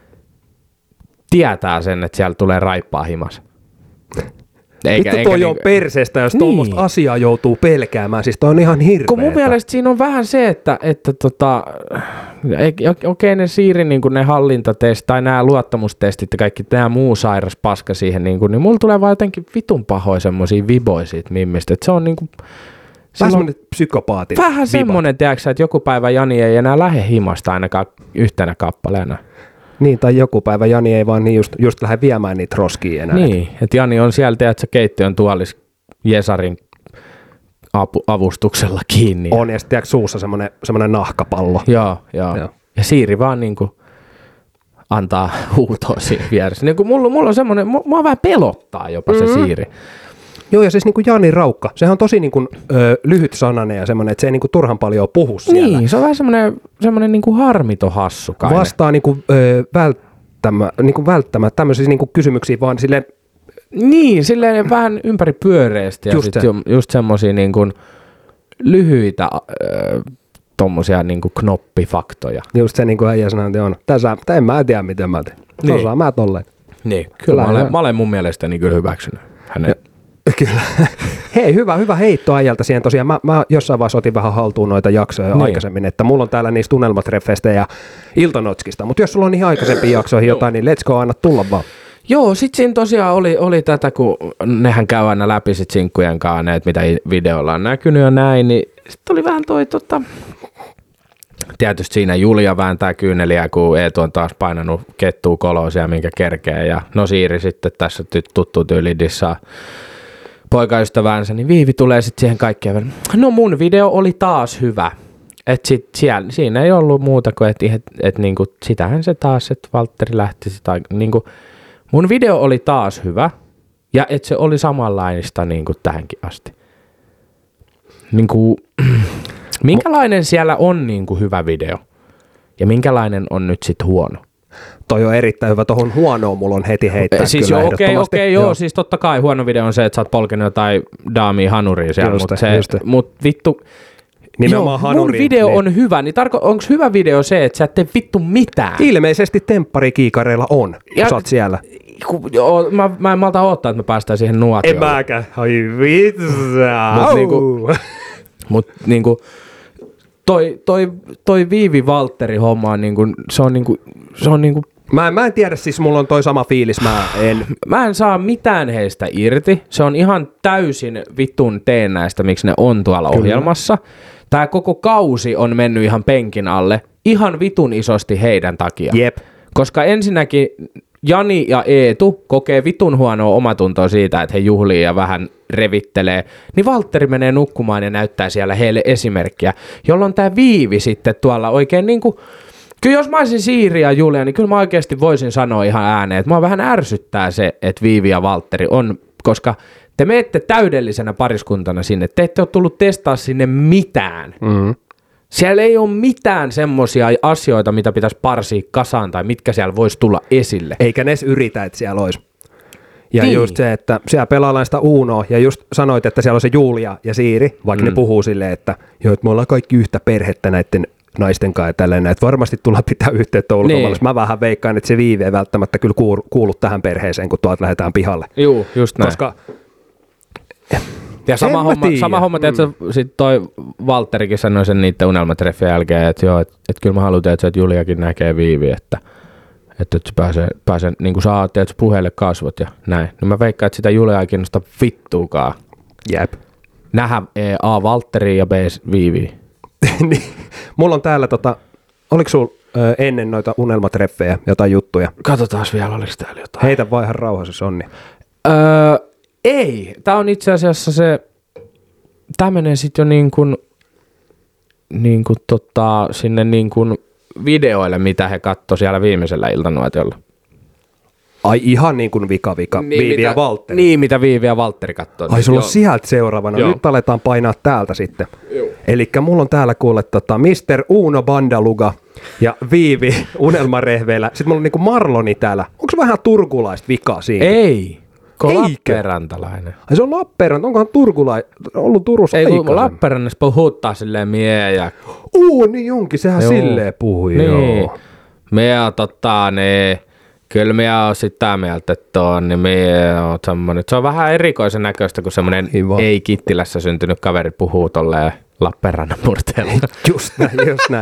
tietää sen, että siellä tulee raippaa himas. Vittu toi on perseestä, jos tuommoista asiaa joutuu pelkäämään. Siis toi on ihan hirveetä. Kun mun mielestä siinä on vähän se, että okei ne Siiri niin ne hallintatestit tai nämä luottamustestit ja kaikki tämä muu sairas paska siihen, niin mulla tulee vaan jotenkin vitun pahoja semmosia viboja siitä mimmistä. Että se on niinku... Vähän semmoinen psykopaatinen. Vähän semmoinen, tiedätkö, että joku päivä Jani ei enää lähde himasta ainakaan yhtenä kappaleena. Niin, tai joku päivä Jani ei vaan niin just lähde viemään niitä roskia enää. Niin, että Jani on siellä, tiedätkö, keittiön tuolis Jesarin avustuksella kiinni. On, ja sitten tiedätkö, suussa semmoinen nahkapallo. Joo. Ja Siiri vaan niinku antaa huutoa siinä vieressä. Niin kuin mulla on semmoinen, mua vähän pelottaa jopa se Siiri. Joo, ja siis niin kuin Jani Raukka, sehän on tosi niin kuin, lyhyt sananen ja semmoinen, että se ei niin kuin turhan paljon puhu siellä. Niin, se on vähän semmoinen niin kuin harmito hassukainen. Vastaa niin kuin, välttämättä tämmöisiä niin kuin kysymyksiä vaan silleen... Niin, silleen vähän ympäri pyöreästi ja just semmoisia niin kuin lyhyitä tommosia niin kuin knoppifaktoja. Just se niin kuin äijä sanoi, että on. Tässä en mä tiedä, miten mä teen. Niin. Osaa mä tolleen. Niin, kyllä mä olen mun mielestäni kyllä hyväksynyt hänen. Kyllä. Hei, hyvä heitto äijältä siihen tosiaan. Mä jossain vaiheessa otin vähän haltuun noita jaksoja aikaisemmin, että mulla on täällä niistä tunnelmatreffeistä ja iltanotskista, mutta jos sulla on ihan aikaisempiin jaksoihin jotain, niin let's go, anna tulla vaan. Joo, sit siinä tosiaan oli tätä, kun nehän käy aina läpi sit sinkkujen kanssa, että mitä videolla on näkynyt ja näin, niin sit oli vähän tietysti siinä Julia vääntää kyyneliä, kun Eetu on taas painanut kettua koloosia, minkä kerkee, ja no Siiri sitten tässä tuttu tyyli dissaa poikaystäväänsä, niin Viivi tulee sitten siihen kaikkeen. No mun video oli taas hyvä. Että siinä ei ollut muuta kuin, että niinku, sitähän se taas, että Valtteri lähti sitä, niinku, mun video oli taas hyvä, ja että se oli samanlaista niinku tähänkin asti. Niinku, minkälainen siellä on niinku hyvä video, ja minkälainen on nyt sitten huono? Toi on erittäin hyvä. Tuohon huonoon mulla on heti heittää siis kyllä okei, siis totta kai huono video on se, että sä oot polkenut jotain daamia hanuria siellä, mutta vittu, nimenomaan mun video on hyvä, niin onko hyvä video se, että sä et tee vittu mitään? Ilmeisesti tempparikiikareilla on, kun sä oot siellä. Mä en malta odottaa, että me päästään siihen nuotioon. En mäkään. Ai vittu. Mut niinku toi Viivi Valtteri homma on niinku, se on niinku Mä en tiedä, siis mulla on toi sama fiilis, mä en saa mitään heistä irti. Se on ihan täysin vitun teennäistä, miksi ne on tuolla ohjelmassa. Tää koko kausi on mennyt ihan penkin alle, ihan vitun isosti heidän takia. Jep. Koska ensinnäkin Jani ja Eetu kokee vitun huonoa omatuntoa siitä, että he juhlii ja vähän revittelee, niin Valtteri menee nukkumaan ja näyttää siellä heille esimerkkiä, jolloin tämä Viivi sitten tuolla oikein niinku, kyllä jos mä olisin Siiri ja Julia, niin kyllä mä oikeasti voisin sanoa ihan ääneen, että mua vähän ärsyttää se, että Viivi ja Valtteri on, koska te menette täydellisenä pariskuntana sinne, te ette ole tullut testaa sinne mitään. Mm-hmm. Siellä ei ole mitään semmoisia asioita, mitä pitäisi parsia kasaan tai mitkä siellä voisi tulla esille. Eikä ne edes yritä, että siellä olisi. Ja niin. Just se, että siellä pelaillaan sitä Unoa, ja just sanoit, että siellä on se Julia ja Siiri, vaikka ne puhuu silleen, että joo, että me ollaan kaikki yhtä perhettä näiden naisten kanssa ja tällainen, että varmasti tullaan pitää yhteyttä ulkomailla. Niin. Mä vähän veikkaan, että se Viivi ei välttämättä kyllä kuulu tähän perheeseen, kun tuolta lähdetään pihalle. Joo, just näin. Koska ja sama homma, että sitten toi Valtterikin sanoi sen niiden unelmatreffien jälkeen, että joo, että kyllä mä haluan, että Juliakin näkee Viivi, että se pääsee niin kuin saa, että puheelle kasvot ja näin. No mä veikkaan, että sitä Juliaa ei kiinnosta vittuukaan. Jep. Nähdä A. Valtteri ja B. Viivi. Niin. Mulla on täällä, oliko sulla ennen noita unelmatreffejä jotain juttuja? Katsotaan vielä, oliko täällä jotain. Heitä vaan ihan rauhassa, Sonni. Ei, tää on itse asiassa tää menee sit jo sinne videoille, mitä he katsoi siellä viimeisellä iltanuotiolla. Ai ihan niin kuin vika, niin, Viivi ja Valtteri. Niin, mitä Viivi ja Valtteri katsoi. Ai sulla on sieltä seuraavana. Joo. Nyt aletaan painaa täältä sitten. Elikkä mulla on täällä kuule Mr. Uno Bandaluga ja Viivi unelmarehveillä. Sitten mulla on niinku Marloni täällä. Onko se vähän turkulaista vikaa siinä? Ei. Lappeenrantalainen. Ai se on Lappeenranta, onkohan ollut Turussa aikaisemmin? Ei kun Lappeenrannassa puhuttaa silleen mie ja... niin onkin, sehän silleen puhui, niin. Joo. Mie kyllä mie oon sitä mieltä, että on, niin mie oon semmonen. Se on vähän erikoisen näköistä, kun semmonen ei-Kittilässä syntynyt kaveri puhuu tolleen Lappeenrannan murteella. Just näin.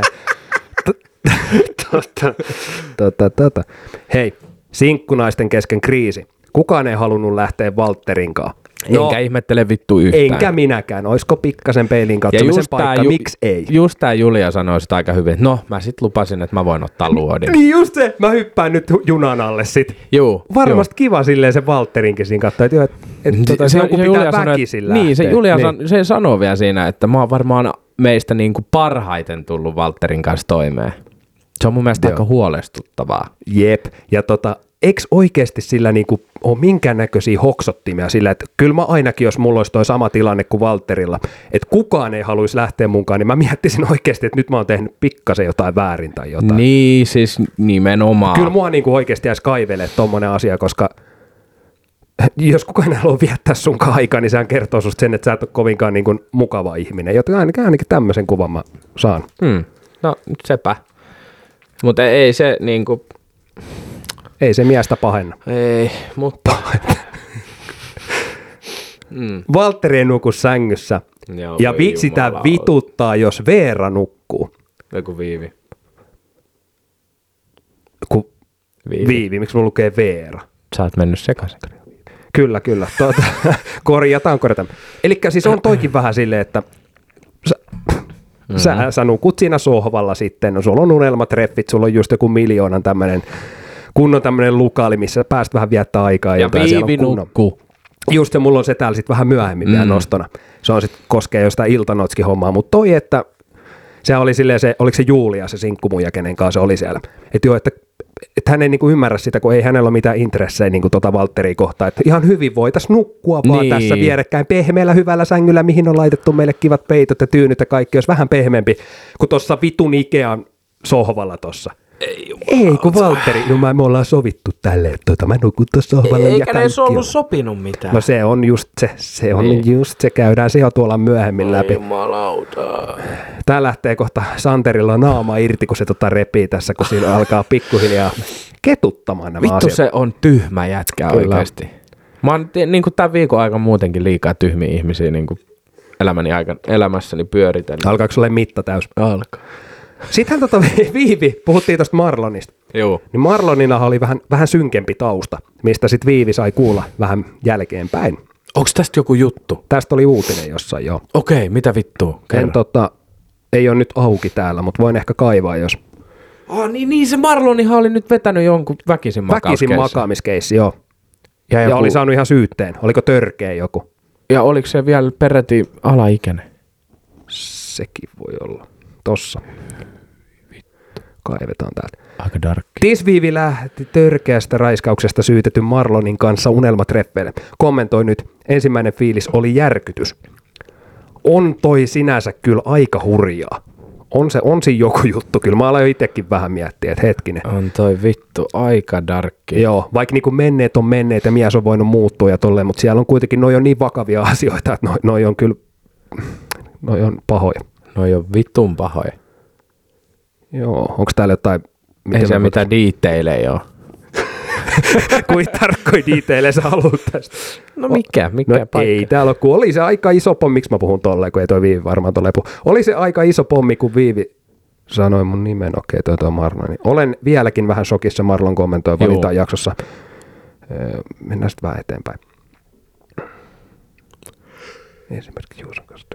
Hei, sinkkunaisten kesken kriisi. Kukaan ei halunnut lähteä Valtterinkaan. Enkä ihmettele vittu yhtään. Enkä minäkään. Oisko pikkasen peilin katsomisen paikka? Miksi ei? Just tää Julia sanoi sitä aika hyvin, että no mä sit lupasin, että mä voin ottaa luodin. Niin just se. Mä hyppään nyt junan alle sit. Juu. Varmasti kiva silleen se Valtterinkin siinä katsoa, että se joku pitää väkisin lähteä. Niin, se Julia se sanoo vielä siinä, että mä oon varmaan meistä niinku parhaiten tullut Valtterin kanssa toimeen. Se on mun mielestä aika huolestuttavaa. Jep. Ja eikö oikeasti sillä niinku ole minkäännäköisiä hoksottimia sillä, että kyllä mä ainakin, jos mulla olisi toi sama tilanne kuin Valtterilla, että kukaan ei haluaisi lähteä munkaan, niin mä miettisin oikeasti, että nyt mä oon tehnyt pikkasen jotain väärin tai jotain. Niin, siis nimenomaan. Kyllä mua niinku oikeasti jäisi kaivelee tommonen asia, koska jos kukaan ei halua viettää sunkaan aikaa, niin sehän kertoo susta sen, että sä et ole kovinkaan niinku mukava ihminen. Joten ainakin tämmöisen kuvan mä saan. No, sepä. Mutta ei se niinku... Ei se miestä pahenna. Ei, mutta... Valtteri ei nuku sängyssä. Joo, ja sitä vituttaa, jos Veera nukkuu. Joku Viivi. Viivi. Miksi mulla lukee Veera? Sä oot mennyt sekaisin. Kyllä. Korjataan. Elikkä siis on toikin vähän silleen, että sä nukut siinä sohvalla sitten, no sulla on unelmatreffit, sulla on just joku miljoonan kunnon tämmönen lukaali, missä pääst vähän viettää aikaa. Ja Viivi nukkuu. Just se, mulla on se täällä sitten vähän myöhemmin vielä nostona. Se on sitten koskee jo sitä iltanotskin hommaa, mutta toi, että se oli silleen oliko se Julia, se sinkkumuija, kenen kanssa se oli siellä. Että joo, että hän ei niinku ymmärrä sitä, kun ei hänellä ole mitään intressejä niinku Valtteria kohtaan. Että ihan hyvin voitaisiin nukkua vaan tässä vierekkäin pehmeällä hyvällä sängyllä, mihin on laitettu meille kivat peitot ja tyynyt ja kaikki, jos vähän pehmeämpi kuin tuossa vitun Ikean sohvalla tossa. Ei, kun Valtteri, no me ollaan sovittu tälleen, että mä nukun tuossa sohvalla. Eikä ne olisi ollut sopinut mitään. No se on just se, käydään se jo tuolla myöhemmin läpi. Jumalauta. Tää lähtee kohta Santerilla naama irti, kun se repii tässä, kun siinä alkaa pikkuhiljaa ketuttamaan nämä asiat. Vittu se on tyhmä jätkä oikeasti. Mä oon niin kuin tämän viikon aika muutenkin liikaa tyhmiä ihmisiä niin kuin elämässäni pyöritellyt. Alkaako sulle mitta täys? Alkaa. Sittenhän Viivi, puhuttiin tuosta Marlonista. Joo. Niin Marlonilla oli vähän synkempi tausta, mistä sitten Viivi sai kuulla vähän jälkeenpäin. Onko tästä joku juttu? Tästä oli uutinen jossain, joo. Okei, mitä vittua? Ei ole nyt auki täällä, mutta voin ehkä kaivaa, jos Niin se Marlonihan oli nyt vetänyt jonkun väkisin makaamiskeissi, joo. Ja oli saanut ihan syytteen. Oliko törkeä joku? Ja oliko se vielä peräti alaikäinen? Sekin voi olla. Tossa. Kaivetaan täältä. Aika darkki. Tisviivi lähti törkeästä raiskauksesta syytetyn Marlonin kanssa unelmatreffeille. Kommentoi nyt. Ensimmäinen fiilis oli järkytys. On toi sinänsä kyllä aika hurjaa. On siinä joku juttu. Kyllä mä aloin jo itsekin vähän miettiä, että hetkinen. On toi vittu aika darkki. Joo, vaikka niinku menneet on menneet ja mies on voinut muuttua ja tolleen, mutta siellä on kuitenkin, noi on niin vakavia asioita, että noi on kyllä, noi on pahoja. Noi on vittun pahoja. Joo, onko täällä jotain... Ei se mitään detaileja ole. Kuin tarkkoja detaileja sä haluat tästä? No mikä paikka? Ei täällä ole, kun oli se aika iso pommi, miksi mä puhun tolleen, kun ei toi Viivi varmaan tolleen puhu. Oli se aika iso pommi, kun Viivi sanoi mun nimen, okei, toi Marlon. Niin olen vieläkin vähän shokissa, Marlon kommentoi valitaan jaksossa. Mennään sitten vähän eteenpäin. Esimerkiksi Juuson kanssa.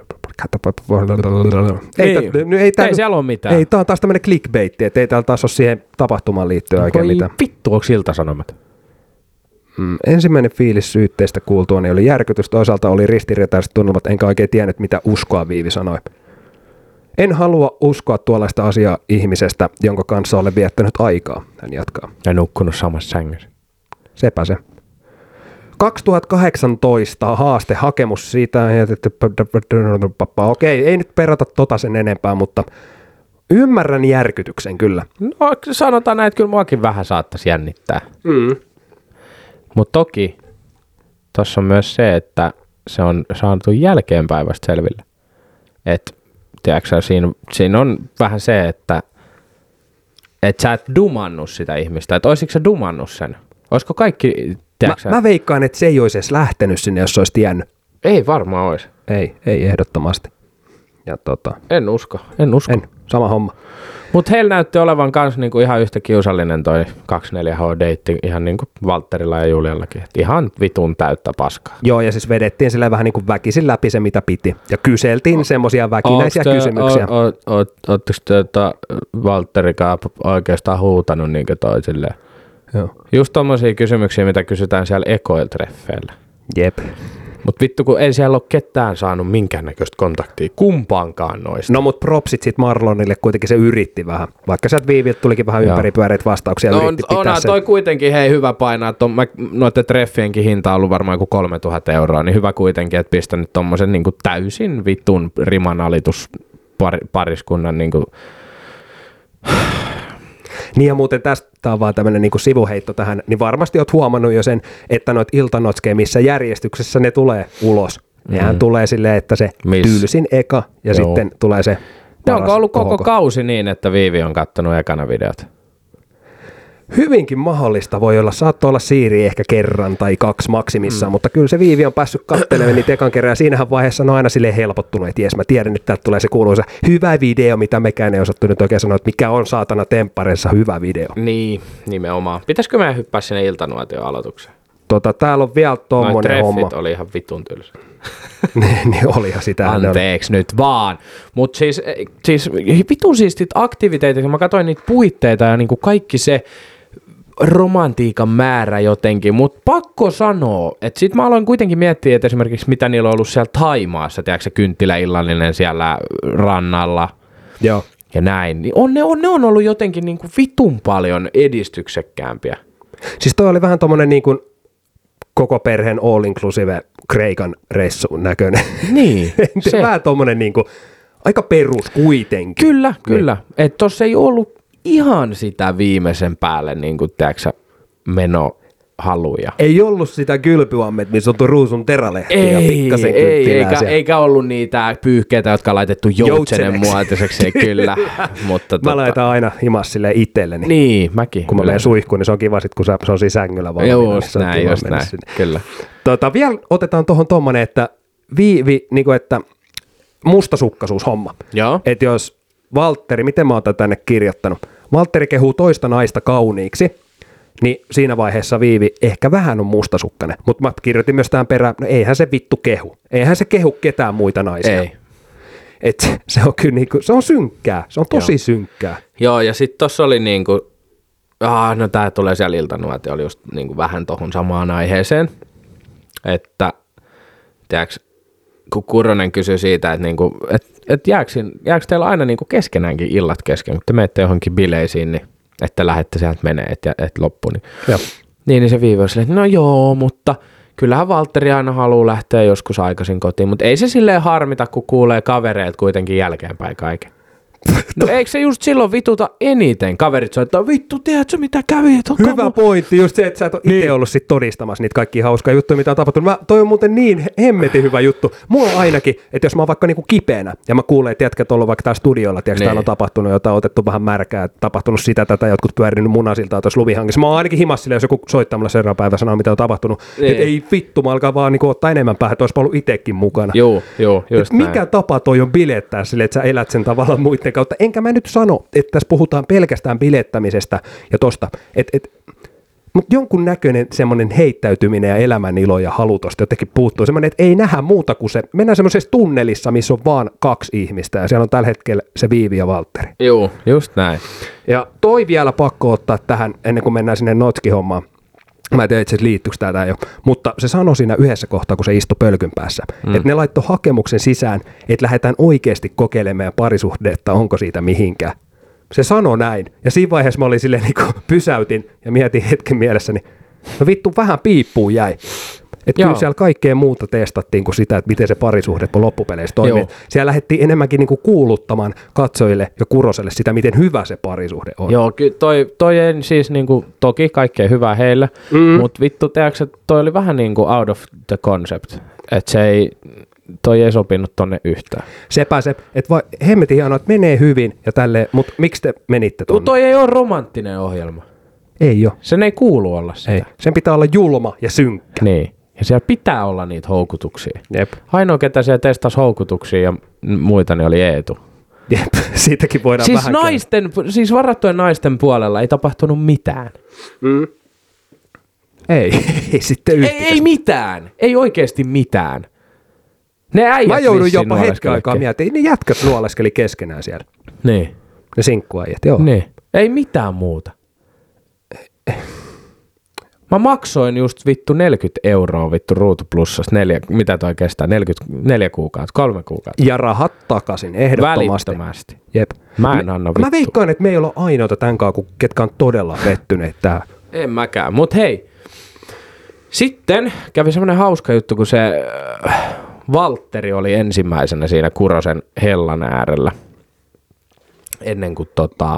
Ei siellä ole mitään. Ei, tää on taas tämmönen clickbaitti, että ei täällä taas ole siihen tapahtumaan liittyen oikein mitään. Vittu, onko Ilta-Sanomat? Ensimmäinen fiilis syytteistä kuultuani oli järkytys, toisaalta oli ristiriitaiset tunnelmat, enkä oikein tiennyt, mitä uskoa, Viivi sanoi. En halua uskoa tuollaista asiaa ihmisestä, jonka kanssa olen viettänyt aikaa, hän jatkaa. Ja nukkunut samassa sängyssä. Sepä se. 2018 haastehakemus siitä, okei, ei nyt perata sen enempää, mutta ymmärrän järkytyksen kyllä. No sanotaan näin, että kyllä muakin vähän saattaisi jännittää. Mutta toki tuossa on myös se, että se on saatu jälkeenpäin vasta selville. Että tiedätkö, siinä on vähän se, että sä et dumannut sitä ihmistä. Että olisitko sä dumannut sen? Olisiko kaikki... Mä veikkaan, että se ei olisi edes lähtenyt sinne, jos se olisi tiennyt. Ei varmaan olisi. Ei ehdottomasti. Ja En usko. Sama homma. Mutta heillä näytti olevan kans niinku ihan yhtä kiusallinen toi 24H-deitti ihan niinku Valtterilla ja Juliallakin. Et ihan vitun täyttä paskaa. Joo, ja siis vedettiin sillä vähän niinku väkisin läpi se, mitä piti. Ja kyseltiin semmoisia väkinäisiä kysymyksiä. Ootteko Valtterikaan oikeastaan huutanut niinku toisilleen? Joo. Just tommosia kysymyksiä, mitä kysytään siellä ekoiltreffeillä. Jep. Mut vittu, kun ei siellä ole ketään saanut minkäännäköistä kontaktia kumpaankaan noista. No mut propsit sit Marlonille, kuitenkin se yritti vähän. Vaikka sieltä Viiviltä tulikin vähän ympäripyöreitä vastauksia, yritti pitää sen. Toi kuitenkin, hei, hyvä painaa, että noiden treffienkin hinta on ollut varmaan joku 3000 €, niin hyvä kuitenkin, että pistänyt tommosen niinku täysin vitun rimanalituspariskunnan niinku... Niin ja muuten tästä on vaan tämmöinen niin kuin sivuheitto tähän, niin varmasti oot huomannut jo sen, että noita iltanotskeja, missä järjestyksessä ne tulee ulos. Nehän tulee silleen, että se tylsin eka ja sitten tulee se paras. Onko ollut koko kausi niin, että Viivi on kattonut ekana videot? Hyvinkin mahdollista voi olla. Saattoi olla Siiri ehkä kerran tai 2 maksimissaan, mutta kyllä se Viivi on päässyt katselemaan niitä ekan kerran ja siinähän vaiheessa on aina silleen helpottunut, että jes, mä tiedän, että täältä tulee se kuuluisa hyvä video, mitä mekään ei osattu nyt oikein sanoa, että mikä on saatana temppareissa hyvä video. Niin, nimenomaan. Pitäisikö meidän hyppää sinne Iltanuotion aloitukseen? Täällä on vielä tommonen homma. Treffit oli ihan vitun tylsä. niin olihan sitä. Anteeksi nyt vaan. Mutta siis vitun siistit aktiviteetit, mä katsoin niitä puitteita ja niinku kaikki se romantiikan määrä jotenkin, mutta pakko sanoa, että sit mä aloin kuitenkin miettiä, että esimerkiksi mitä niillä on ollut siellä Thaimaassa, tiedätkö se kynttiläillallinen siellä rannalla. Joo. Ja näin, niin ne on ollut jotenkin niinku vitun paljon edistyksekkäämpiä. Siis toi oli vähän tommonen niinku koko perheen all inclusive Kreikan reissun näköinen. Niin. Se vähän tommonen niinku aika perus kuitenkin. Kyllä. Että tossa ei ollut ihan sitä viimeisen päälle niinku tiedätkö menohaluja. Ei ollut sitä kylpyammet, missä on tuo ruusun terälehti ja pikkasen eikä ollut niitä pyyhkeitä, jotka on laitettu joutsenen muotoiseksi, kyllä. Mutta mä laitan aina himas silleen itselleni. Niin, mäkin. Kun mä menen suihkuun, niin se on kiva sit, kun se on siinä sängyllä vaan. Just näin, kyllä. Vielä otetaan tuohon tommonen, että Viivi, niinku että mustasukkaisuushomma. Joo. Että jos Valtteri, miten mä oon tänne kirjoittanut, Valtteri kehuu toista naista kauniiksi, niin siinä vaiheessa Viivi ehkä vähän on mustasukkainen. Mutta mä kirjoitin myös tähän perään, no eihän se vittu kehu. Eihän se kehu ketään muita naisia. Ei. Et se on kyllä niinku, se on synkkää, se on tosi synkkää. Joo, ja sitten tossa oli niinku, no tää tulee siellä iltanuoti, oli just niinku vähän tohon samaan aiheeseen, että tiedätkö, kun Kuronen kysyi siitä, että niinku, jääkö teillä aina niinku keskenäänkin illat kesken, kun te menette johonkin bileisiin, niin että lähdette sieltä menee, et loppu. Niin se Viivi oli silleen, että no joo, mutta kyllähän Valtteri aina haluaa lähteä joskus aikaisin kotiin, mutta ei se silleen harmita, kun kuulee kavereilta kuitenkin jälkeenpäin kaiken. No eikö se just silloin vituta eniten? Kaverit soittaa, vittu, tiedätkö mitä kävi? Hyvä pointti, just se, että sä et ole itse ollut sit todistamassa niitä kaikkia hauskaa juttuja, mitä on tapahtunut. Toi on muuten niin hemmetin hyvä juttu. Mulla ainakin, että jos mä oon vaikka niinku kipeänä ja mä kuulen, että jätkät on ollut vaikka täällä studiolla, tiedätkö, täällä on tapahtunut jotain, otettu vähän märkää, tapahtunut sitä, tätä, jotkut pyörinyt munasiltaan tuossa luvihangissa. Mä oon ainakin himassille, jos joku soittaa mulle seuraavan päivän sanoo, mitä on tapahtunut. Että ei vittu, mä alkaa vaan niinku ottaa enemmän päähän, että olisi ollut itsekin mukana. Joo, just näin. Mikä tapa toi on bilettää silleen, että sä elät sen tavallaan muiden kautta? Enkä mä nyt sano, että tässä puhutaan pelkästään bilettämisestä ja tosta, mutta jonkun näköinen semmoinen heittäytyminen ja elämänilo ja halu tosta jotenkin puuttuu. Semmoinen, että ei nähdä muuta kuin se, mennään semmoisessa tunnelissa, missä on vaan 2 ihmistä ja siellä on tällä hetkellä se Viivi ja Valtteri. Joo, just näin. Ja toi vielä pakko ottaa tähän, ennen kuin mennään sinne Notski-hommaan. Mä en tiedä itse asiassa liittyykö tämä jo, mutta se sanoi siinä yhdessä kohtaa, kun se istui pölkyn päässä, että ne laittoi hakemuksen sisään, että lähdetään oikeasti kokeilemaan meidän parisuhdetta, onko siitä mihinkään. Se sanoi näin, ja siinä vaiheessa mä olin silleen, niin kuin pysäytin ja mietin hetken mielessäni, no vittu vähän piippuun jäi. Että kyllä siellä kaikkea muuta testattiin kuin sitä, että miten se parisuhde loppupeleissä toimii. Siellä lähdettiin enemmänkin niin kuin kuuluttamaan katsojille ja Kuroselle sitä, miten hyvä se parisuhde on. Joo, toi ei siis niinku, toki kaikkea hyvää heille, mutta vittu, tiedätkö, toi oli vähän niin kuin out of the concept. Että toi ei sopinut tonne yhtään. Sepä se, että hemmetin hienoa, että menee hyvin ja tälleen, mutta miksi te menitte tonne? Toi ei ole romanttinen ohjelma. Ei ole. Sen ei kuulu olla sitä. Ei. Sen pitää olla julma ja synkkä. Niin. Ja siellä pitää olla niitä houkutuksia. Jep. Ainoa, ketä siellä testasi houkutuksia ja muita, niin oli Eetu. Jep, siitäkin voidaan siis vähän siis varattujen naisten puolella ei tapahtunut mitään. Ei sitten yhtikäs. Ei mitään. Ei oikeasti mitään. Ne äijät mä joudun jopa hetken aikaa miettimään. Ne jätkät nuoleskeli keskenään siellä. Niin. Ne sinkkuäijät, joo. Niin. Ei mitään muuta. Mä maksoin just vittu 40 € vittu Ruutu Plussasta, mitä toi kestää, 4 kuukautta, 3 kuukautta. Ja rahat takaisin, ehdottomasti. Välittömästi. Jep. Mä en anna vittu. Mä veikkaan, että me ei olla ainoita tämän kanssa, ketkä on todella pettyneet tähän. En mäkään, mut hei. Sitten kävi semmonen hauska juttu, kun se Valtteri oli ensimmäisenä siinä Kurosen hellan äärellä. Ennen kuin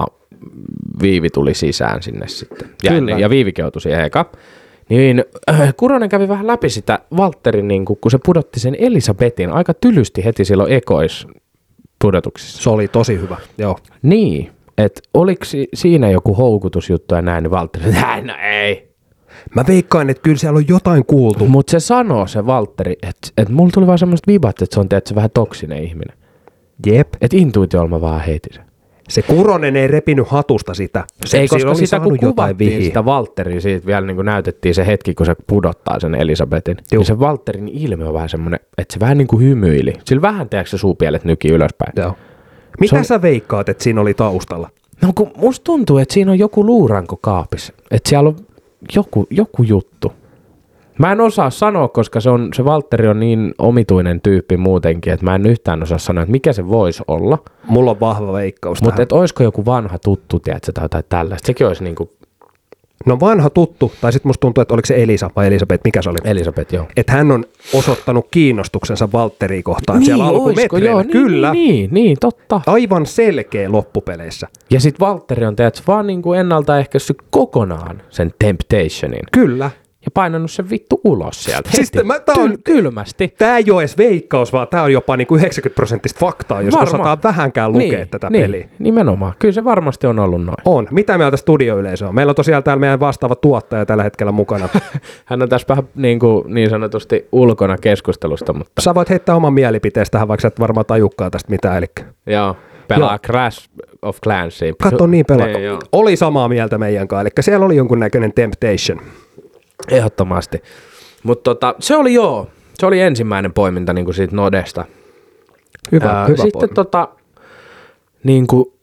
Viivi tuli sisään sinne sitten. Ja Viivi keutui siihen eka. Niin Kuronen kävi vähän läpi sitä Valtterin, niin kun se pudotti sen Elisabetin aika tylysti heti silloin pudotuksissa. Se oli tosi hyvä, joo. Niin, että oliko siinä joku houkutusjuttu ja näin, niin Valtteri, no ei. Mä veikkaan, että kyllä siellä on jotain kuultu. Mutta se sanoo se Valtteri, että mulla tuli vaan semmoista vibat, että se on tietysti vähän toksinen ihminen. Jep. Että intuitiolla mä vaan heitin sen. Se Kuronen ei repinyt hatusta sitä. Ei, koska sitä kun kuvattiin sitä Valtteria, siitä vielä niin kuin näytettiin se hetki, kun se pudottaa sen Elisabetin. Niin se Valtterin ilme on vähän semmoinen, että se vähän niin kuin hymyili. Sillä vähän teeksi se suupielet nyki ylöspäin. Joo. Mitä sä veikkaat, että siinä oli taustalla? No kun musta tuntuu, että siinä on joku luuranko kaapissa. Että siellä on joku juttu. Mä en osaa sanoa, koska se Valtteri on niin omituinen tyyppi muutenkin, että mä en yhtään osaa sanoa, että mikä se voisi olla. Mulla on vahva veikkaus. Mutta että olisiko joku vanha tuttu, tiedätkö, tai jotain tällaista. Sekin olisi niinku... No vanha tuttu, tai sitten musta tuntuu, että oliko se Elisa vai Elisabeth, mikä se oli? Elisabeth, joo. Että hän on osoittanut kiinnostuksensa Valtteria kohtaan niin, siellä alkumetreillä. Joo, kyllä. Niin, totta. Aivan selkeä loppupeleissä. Ja sit Valtteri on teet vaan niinku ennaltaehkäissyt kokonaan sen Temptationin. Kyllä. Ja painanut sen vittu ulos sieltä. Siis kylmästi. Tää ei ole edes veikkaus, vaan tää on jopa niinku 90% faktaa, jos osataan vähänkään lukea tätä peliä. Nimenomaan. Kyllä se varmasti on ollut noin. On. Mitä mieltä studioyleisö on? Meillä on tosiaan täällä meidän vastaava tuottaja tällä hetkellä mukana. Hän on tässä vähän niin sanotusti ulkona keskustelusta, mutta... Sä voit heittää oman mielipiteesi tähän, vaikka sä et varmaan tajukkaa tästä mitään. Elikkä. Joo. Pelaa Crash of Clansia. Katso niin pelaa. Oli samaa mieltä meidän kanssa. Eli siellä oli jonkunnäköinen Temptation. Ehdottomasti. Mutta se oli ensimmäinen poiminta niin kuin siitä Nodesta. Hyvä sitten pointti. niinku,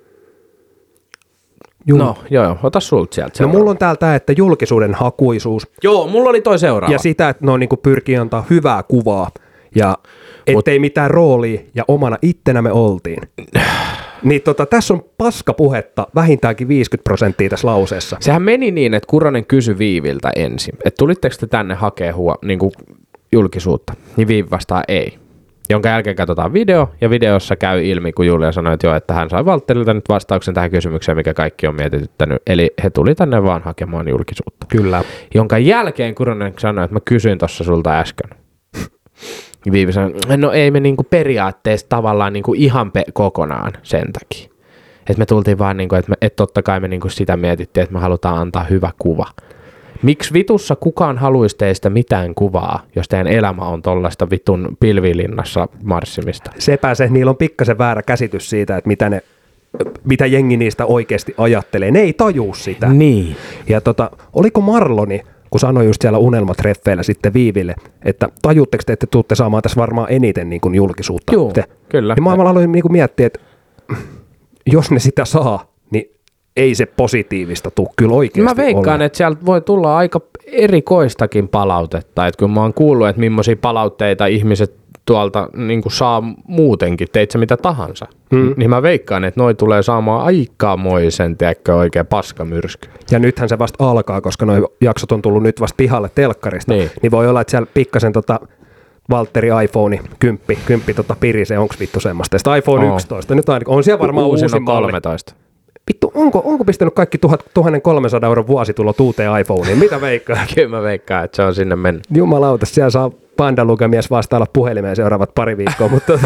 ota sulta sieltä. No mulla on täällä että julkisuuden hakuisuus. Joo, mulla oli toi seuraava. Ja sitä, että ne on niinku pyrkii antaa hyvää kuvaa ja ettei mitään roolia ja omana ittenä me oltiin. Niin tässä on paskapuhetta vähintäänkin 50% tässä lauseessa. Sehän meni niin, että Kuronen kysyi Viiviltä ensin, että tulitteko te tänne hakemaan niinku julkisuutta, niin Viivi vastaa ei. Jonka jälkeen katsotaan video, ja videossa käy ilmi, kun Julia sanoi, että joo, että hän sai Valtterilta nyt vastauksen tähän kysymykseen, mikä kaikki on mietityttänyt. Eli he tuli tänne vaan hakemaan julkisuutta. Kyllä. Jonka jälkeen Kuronen sanoi, että mä kysyin tuossa sulta äsken. Viivi sanoi, no ei me niinku periaatteessa tavallaan niinku ihan kokonaan sen takia. Että me tultiin vaan, niinku, että totta kai me niinku sitä mietittiin, että me halutaan antaa hyvä kuva. Miksi vitussa kukaan haluaisi teistä mitään kuvaa, jos teidän elämä on tollaista vitun pilvilinnassa marssimista? Sepä se, niillä on pikkasen väärä käsitys siitä, että mitä jengi niistä oikeasti ajattelee. Ne ei tajuu sitä. Niin. Ja oliko Marloni, kun sanoi just siellä unelmatreffeillä sitten Viiville, että tajuutteko te, että tuutte saamaan tässä varmaan eniten niin kuin julkisuutta? Joo, kyllä. Ja mä aloin niin kuin miettiä, että jos ne sitä saa, niin ei se positiivista tule kyllä oikeasti. Mä veikkaan, että sieltä voi tulla aika erikoistakin palautetta. Että kun mä oon kuullut, että millaisia palautteita ihmiset tuolta niin kuin saa muutenkin, teit sä mitä tahansa, niin mä veikkaan, että noi tulee saamaan aikamoisen, tiedätkö, oikein paskamyrsky. Ja nythän se vasta alkaa, koska noi jaksot on tullut nyt vasta pihalle telkkarista, niin voi olla, että siellä pikkasen Valtteri iPhone 10 pirise, onks vittu semmoista. Sitten iPhone 11, nyt on siellä varmaan uusin 13. Vittu, onko pistänyt kaikki 1300 € vuositulot uuteen iPhoneen? Mitä veikkaa? Kyllä mä veikkaan, että se on sinne mennyt. Jumalauta, siellä saa Panda-lukemies vastailla puhelimeen seuraavat pari viikkoa, mutta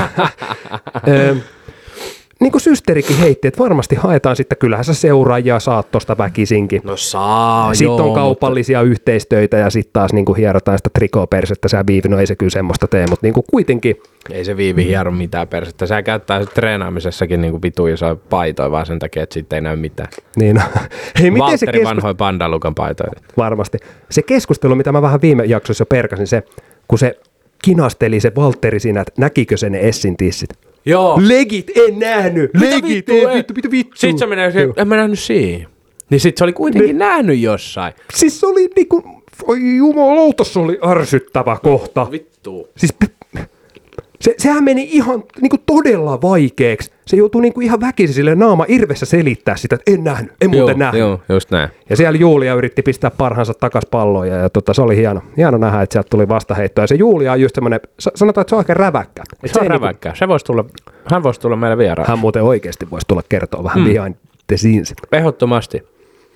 niin kuin systerikin heitti, että varmasti haetaan sitten, kyllähän sä seuraajia saat tosta väkisinkin. No saa, sitten on kaupallisia yhteistöitä ja sitten taas niin kuin hierotaan sitä trikoopersettä, sä Viivi, no ei se kyllä semmoista tee, mutta niin kuin kuitenkin. Ei se Viivi hiero mitään persettä, sä käyttää treenaamisessakin niin kuin vitu isoja paitoja vaan sen takia, että siitä ei näy mitään. Niin, hei, miten Valtteri se vanhoja Pandalukan paitoja. Varmasti. Se keskustelu, mitä mä vähän viime jaksossa jo perkasin, se, kun se kinasteli se Valtteri siinä, että näkikö se ne Essin tissit. Joo. Legit, en nähnyt. Legit, vittu. Sitten se menee siihen, en mä nähnyt siihen. Niin sit se oli kuitenkin nähnyt jossain. Siis se oli niinku, oi jumalauta, se oli ärsyttävä kohta. Vittu. Siis sehän meni ihan niinku todella vaikeaksi. Se joutui niinku ihan väkisin sille naama irvessä selittää sitä, että en nähnyt, en muuten nähnyt. Joo, just näin. Ja siellä Julia yritti pistää parhaansa takas palloon ja se oli hieno nähdä, että sieltä tuli vastaheittoa. Ja se Julia on just semmoinen, sanotaan, että se on aika räväkkä. Se on räväkkä. Hän voisi tulla meille vieraan. Hän muuten oikeasti voisi tulla kertoa vähän behind the scenes. Ehdottomasti.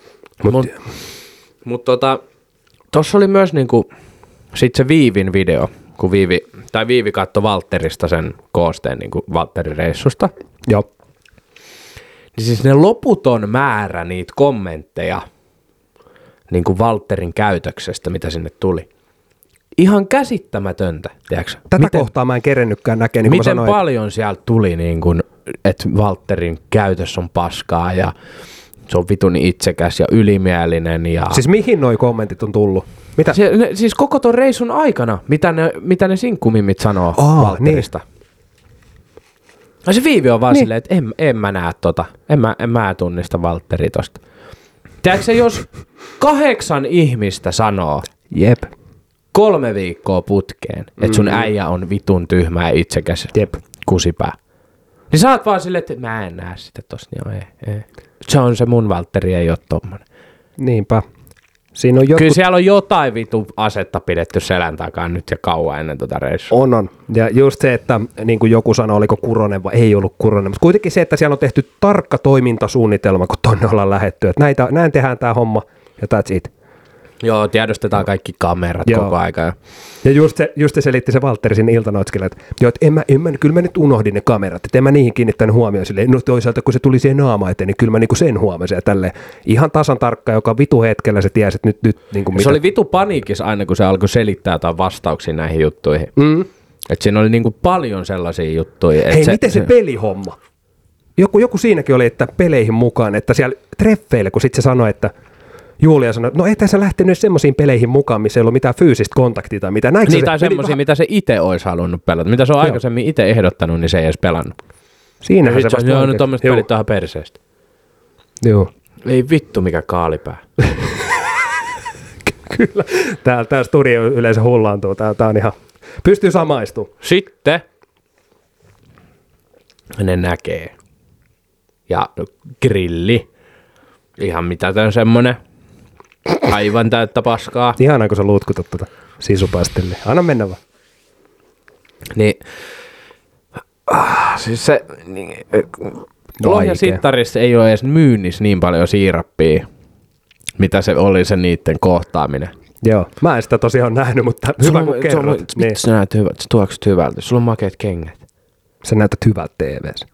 Mutta tossa oli myös niinku sit se Viivin video, kun Viivi katsoi Valtterista sen koosteen niinku Valtterin reissusta. Joo. Niin siis ne loputon määrä niitä kommentteja niinku Valtterin käytöksestä, mitä sinne tuli. Ihan käsittämätöntä, tiedätkö? Tätä kohtaa mä en kerennytkään näkee, niin kuin miten mä sanoin, paljon sieltä tuli, niin kuin, että Valtterin käytös on paskaa ja se on vitun itsekäs ja ylimielinen. Ja siis mihin noi kommentit on tullut? Mitä? Siis koko ton reissun aikana, mitä ne sinkkumimmit sanoo Valtterista. Niin. Ja se Viivi on vaan niin. Silleen, että en mä näe en mä tunnista Valtteri tosta. Tiedätkö jos 8 ihmistä sanoo, jep, 3 viikkoa putkeen, että sun äijä on vitun tyhmä ja itsekäs, jep, kusipää. Niin sä oot vaan silleen, että mä en näe sitä tosta, niin ei. Se on se mun Valtteri, ei oo tommonen. Niinpä. Siinä on kyllä siellä on jotain vitu asetta pidetty selän takaa nyt ja kauan ennen tota reissua. On. Ja just se, että niin kuin joku sanoi, oliko Kuronen vai ei ollut Kuronen, mutta kuitenkin se, että siellä on tehty tarkka toimintasuunnitelma, kun tonne ollaan lähetty, että näin tehdään tää homma ja that's it. Joo, tiedostetaan kaikki kamerat koko aika. Ja just se selitti se Valtteri sinne iltanotskille, että kyllä mä nyt unohdin ne kamerat, että en mä niihin kiinnittänyt huomioon silleen, no toisaalta kun se tuli siihen naama eteen, niin kyllä mä niinku sen huomasin ja tälleen ihan tasan tarkka, joka vitu hetkellä se tiesi, että nyt niinku mitä. Se oli vitu paniikissa aina, kun se alkoi selittää jotain vastauksia näihin juttuihin. Että siinä oli niinku paljon sellaisia juttuja. Hei, miten se pelihomma? Joku siinäkin oli, että peleihin mukaan, että siellä treffeille, kun sitten se sanoi, että Julia sanoi, että no ethän sä lähtenyt semmoisiin peleihin mukaan, missä ei ollut mitään fyysistä kontaktia tai mitä. Niin, tai semmoisia, mitä se itse olisi halunnut pelata. Mitä se on aikaisemmin itse ehdottanut, niin se ei edes pelannut. Siinähän se vasta joo, nyt tommoset pelit vähän perseestä. Joo. Ei vittu mikä kaalipää. Kyllä. Tää studio yleensä hullaantuu. Tää on ihan... Pystyy samaistumaan. Sitten ne näkee. Ja grilli. Ihan mitätön semmonen. Aivan täyttä paskaa. Ihanaa, kun sä luutkutat tuota sisupastellia. Anna mennä vaan. Niin. Siis se... Niin, Lohjan sittarissa ei ole edes myynnissä niin paljon siirappia, mitä se oli se niitten kohtaaminen. Joo, mä en sitä tosiaan nähnyt, mutta hyvä kun kerrot. Niin. Sä näet hyvältä, sä tuoksut hyvältä, sulla on makeat kengät. Sä näytät hyvältä TV:ssä.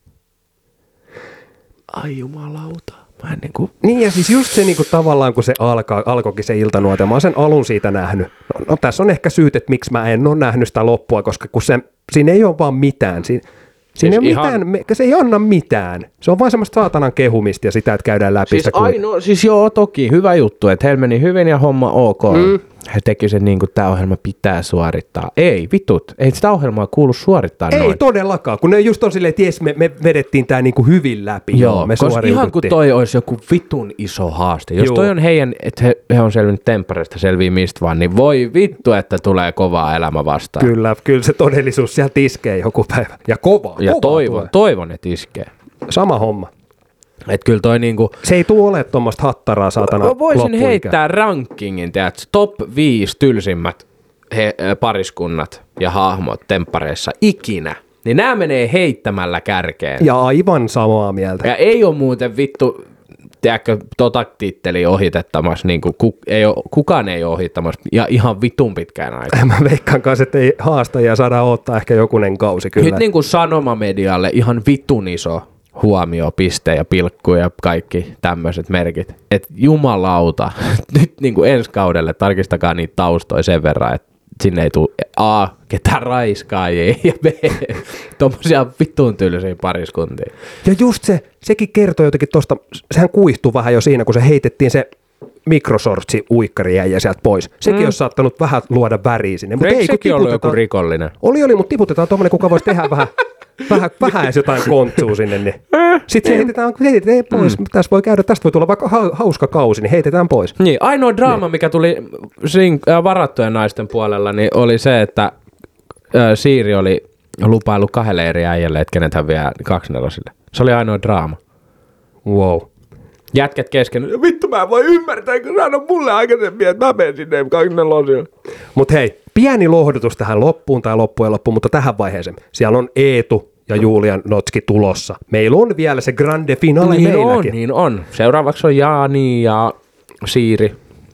Ai jumalauta. Mä en niinku... Niin ja siis just se niinku tavallaan, kun se alkoikin se iltanuote, mä oon sen alun siitä nähnyt. No tässä on ehkä syyt, että miksi mä en ole nähnyt sitä loppua, koska kun siinä ei ole vaan mitään. Siinä ei ole mitään, se ei anna mitään. Se on vain semmoista saatanan kehumista ja sitä, että käydään läpi siis sitä. Siis joo, toki hyvä juttu, että heillä meni hyvin ja homma ok. He teki sen niin kuin tämä ohjelma pitää suorittaa. Ei, vitut, ei sitä ohjelmaa kuulu suorittaa ei noin. Ei todellakaan, kun ne just on silleen, että jes, me vedettiin tämä niinku hyvin läpi. Joo, me koska ihan kun toi olisi joku vitun iso haaste. Jos toi on heidän, että he on selvinnyt temppareista, selvii mistä vaan, niin voi vittu, että tulee kovaa elämä vastaan. Kyllä se todellisuus sieltä iskee joku päivä. Ja kovaa. Ja toivon, että iskee. Sama homma. Että kyllä toi niinku... Se ei tule olemaan tuommoista hattaraa saatana voisin heittää rankingin, tiedätkö, top 5 tylsimmät pariskunnat ja hahmot temppareissa ikinä. Niin nämä menee heittämällä kärkeen. Ja aivan samaa mieltä. Ja ei ole muuten vittu, tiedätkö, titteliä ohitettamassa, niin kuin kukaan ei ole ohittamassa ja ihan vitun pitkään aikaa. Mä veikkaan kanssa, että ei haastajia saada odottaa ehkä jokunen kausi kyllä. Nyt niin kuin Sanomamedialle ihan vitun iso huomio, piste ja pilkku ja kaikki tämmöiset merkit. Että jumalauta, nyt niin kuin ensi kaudelle tarkistakaa niitä taustoja sen verran, että sinne ei tule A, ketään raiskaajia ja B, tommosia vitun tylsiä pariskuntia. Ja just sekin kertoo jotenkin tosta, sehän kuihtui vähän jo siinä, kun se heitettiin se mikrosortsi uikkarijäijä sieltä pois. Sekin olisi saattanut vähän luoda väriä sinne. Mutta ei, sekin ollut joku rikollinen? Oli, mutta tiputetaan tommonen, kuka voisi tehdä vähän edes jotain kontsua sinne. Niin. Sitten se heitetään pois. Tästä voi tulla vaikka hauska kausi, niin heitetään pois. Niin, ainoa draama, mikä tuli varattujen naisten puolella, niin oli se, että Siiri oli lupaillut 2 eri äijälle, että kenet hän vie 24. Se oli ainoa draama. Wow. Jätkät kesken, vittu mä en voi ymmärtää, kun sano mulle aikaisemmin, että mä menen sinne 24. Mut hei, pieni lohdutus tähän loppuun tai loppujen loppuun, mutta tähän vaiheeseen. Siellä on Eetu ja Julian Notski tulossa. Meillä on vielä se grande finale meilläkin. Niin on. Seuraavaksi on Jaani ja Siiri.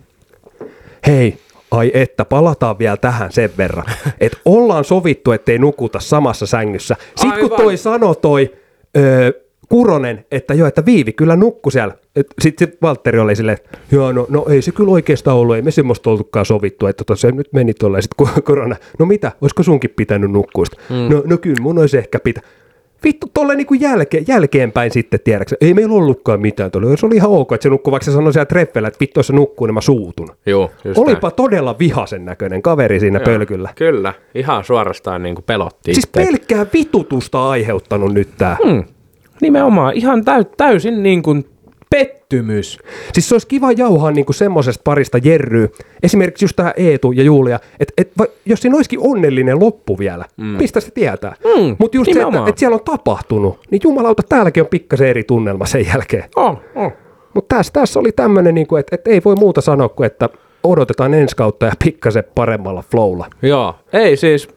Hei, ai että, palataan vielä tähän sen verran, että ollaan sovittu, ettei nukuta samassa sängyssä. Sitten kun toi Kuronen, että joo, että Viivi kyllä nukkui siellä. Sitten Valtteri oli silleen, että joo, no ei se kyllä oikeastaan ollut, ei me semmoista oltukaan sovittu, että se nyt meni tuolla. Sitten Korona, no mitä, olisiko sunkin pitänyt nukkua? No kyllä, mun olisi ehkä pitänyt. Vittu, tolle niinku jälkeenpäin sitten, tiedäksä. Ei meillä ollutkaan mitään tuolla. Se oli ihan ok, että se nukkuu, vaikka se sanoi siellä treffellä, että vittu, jos se nukkuu, niin mä suutun. Joo, olipa näin. Todella vihasen näköinen kaveri siinä pölkyllä. Kyllä, ihan suorastaan niinku pelotti. Siis pelkkää vitutusta aiheuttanut nyt tää. Nimenomaan, ihan täysin niin kuin pettymys. Siis se olisi kiva jauhaa niin kuin semmosesta parista jerryä. Esimerkiksi just tää Eetu ja Julia, että jos siinä olisikin onnellinen loppu vielä, mistä se tietää. Mutta just nimenomaan. Se, että siellä on tapahtunut, niin jumalauta, täälläkin on pikkasen eri tunnelma sen jälkeen. Mutta tässä oli tämmöinen, niin että ei voi muuta sanoa kuin, että odotetaan ensi kautta ja pikkasen paremmalla flowlla. Joo, ei siis...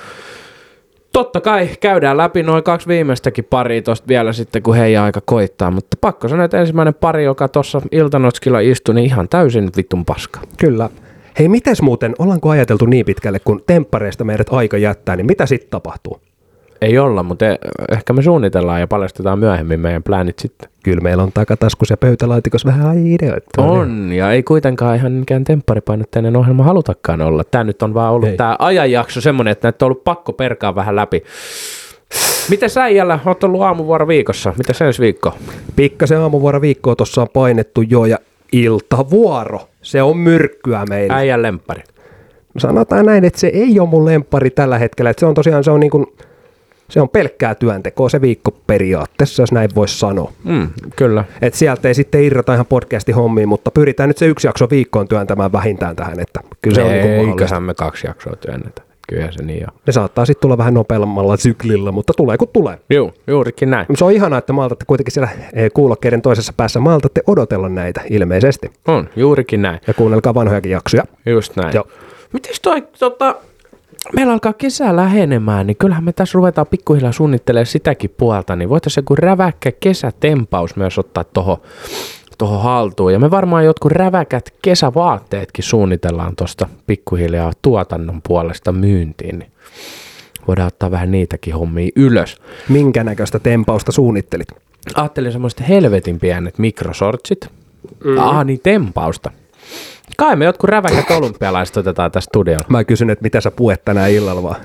Totta kai käydään läpi noin 2 viimeistäkin paria tosta vielä sitten, kun heidän aika koittaa, mutta pakko sanoa, että ensimmäinen pari, joka tuossa Iltanotskilla istui, niin ihan täysin vittun paska. Kyllä. Hei, mites muuten, ollaanko ajateltu niin pitkälle, kun temppareista meidät aika jättää, niin mitä sitten tapahtuu? Ei olla, mutta ehkä me suunnitellaan ja paljastetaan myöhemmin meidän pläänit sitten. Kyllä meillä on takataskus ja pöytälaatikossa vähän ideoita. On, ja ei kuitenkaan ihan mikään tempparipainotteinen ohjelma halutakaan olla. Tämä nyt on vaan ollut tämä ajanjakso semmoinen, että näitä on ollut pakko perkaa vähän läpi. Miten sä Äijällä oot ollut aamuvuoro viikossa? Mitä se ensi viikko? Pikkasen aamuvuoro viikkoa tuossa on painettu jo, ja Iltavuoro. Se on myrkkyä meille. Äijän lemppari. Sanotaan näin, että se ei ole mun lemppari tällä hetkellä. Että se on tosiaan se on pelkkää työntekoa se viikko periaatteessa, jos näin voisi sanoa. Kyllä. Et sieltä ei sitten irrota ihan podcastin hommiin, mutta pyritään nyt se 1 jakso viikkoon työntämään vähintään tähän. Että kyllä se on niin mahdollista. Eiköhän me 2 jaksoa työnnetä. Kyllä se niin on. Ne saattaa sitten tulla vähän nopeammalla syklillä, mutta tulee kun tulee. Joo, juurikin näin. Se on ihanaa, että maltatte kuitenkin siellä kuulokkeiden toisessa päässä maltatte odotella näitä ilmeisesti. On, juurikin näin. Ja kuunnelkaa vanhojakin jaksoja. Just näin. Joo. Mites meillä alkaa kesä lähenemään, niin kyllähän me tässä ruvetaan pikkuhiljaa suunnittelemaan sitäkin puolta, niin voitaisiin joku räväkkä kesätempaus myös ottaa tuohon haltuun. Ja me varmaan jotkut räväkät kesävaatteetkin suunnitellaan tuosta pikkuhiljaa tuotannon puolesta myyntiin, niin voidaan ottaa vähän niitäkin hommia ylös. Minkä näköistä tempausta suunnittelit? Ajattelin semmoiset helvetin pienet mikrosortsit. Niin tempausta. Kai me jotkut räväkät olympialaiset otetaan tästä studiolla. Mä kysyn, että mitä sä puet tänään illalla vaan.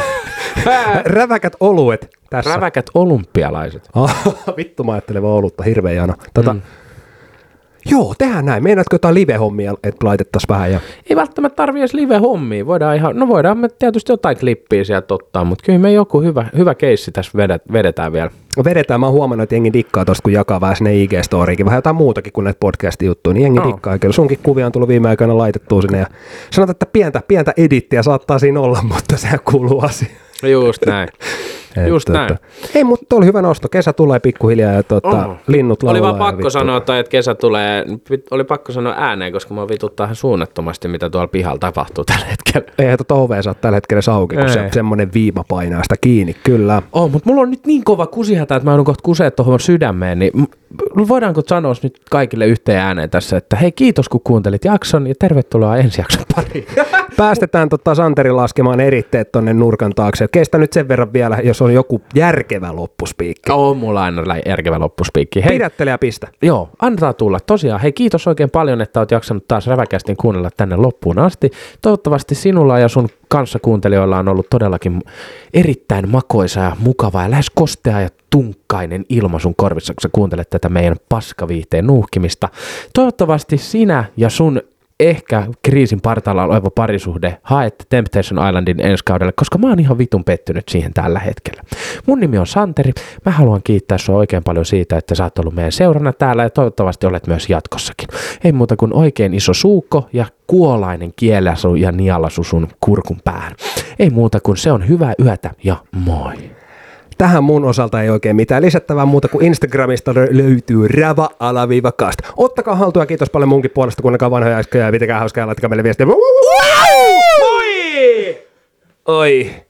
Räväkät oluet tässä. Räväkät olympialaiset. Vittu mä ajattelen vaan olutta, hirveän jano. Joo, tehdään näin. Meinaatko jotain live-hommia, että laitettaisiin vähän? Ja... Ei välttämättä tarvitse edes live-hommia. Voidaan me tietysti jotain klippiä sieltä ottaa, mutta kyllä me joku hyvä keissi tässä vedetään vielä. Vedetään. Mä oon huomannut, että jengi dikkaa tosta, kun jakaa vähän sinne IG-storiikin. Vähän jotain muutakin kuin näitä podcast-juttuja, niin jengi dikkaa. Kyllä sunkin kuvia on tullut viime aikoina laitettua sinne. Ja sanotaan, että pientä edittiä saattaa siinä olla, mutta sehän kuuluu asiaan. Just näin. Just näin. Ei, mutta oli hyvä nosto. Kesä tulee pikkuhiljaa ja linnut laulaa. Oli vaan pakko sanoa, että kesä tulee. Oli pakko sanoa ääneen, koska mä vituttaa ihan suunnattomasti, mitä tuolla pihalla tapahtuu tällä hetkellä. Eihän ovea saa tällä hetkellä auki, kun se semmoinen viima painaa sitä kiinni, kyllä. Mutta mulla on nyt niin kova kusihätä, että mä joudun kohta kusea tuohon sydämeen, niin voidaanko sanoa nyt kaikille yhteen ääneen tässä, että hei, kiitos kun kuuntelit jakson ja tervetuloa ensi jakson pariin. Päästetään Santeri laskemaan eritteet tonne nurkan taakse. Kestä nyt sen verran vielä, jos on joku järkevä loppuspiikki. On mulla aina järkevä loppuspiikki. Hei, pidättele ja pistä. Joo, antaa tulla. Tosiaan, hei, kiitos oikein paljon, että oot jaksanut taas räväkästin kuunnella tänne loppuun asti. Toivottavasti sinulla ja sun kanssakuuntelijoilla on ollut todellakin erittäin makoisa ja mukava ja lähes kostea ja tunkkainen ilma sun korvissa, kun sä kuuntelet tätä meidän paskaviihteen nuuhkimista. Toivottavasti sinä ja sun ehkä kriisin partaalla oleva parisuhde haette Temptation Islandin ensi kaudelle, koska mä oon ihan vitun pettynyt siihen tällä hetkellä. Mun nimi on Santeri. Mä haluan kiittää sua oikein paljon siitä, että sä oot ollut meidän seurana täällä ja toivottavasti olet myös jatkossakin. Ei muuta kuin oikein iso suukko ja kuolainen kielasu ja nialasu sun kurkun päähän. Ei muuta kuin se on hyvää yötä ja moi. Tähän mun osalta ei oikein mitään lisättävää muuta kuin Instagramista löytyy rava_cast. Ottakaa haltuun ja kiitos paljon munkin puolesta, kuunnelkaa vanhoja äsken ja pitäkää hauskaa ja laittakaa meille viestiä. Moi! Oi!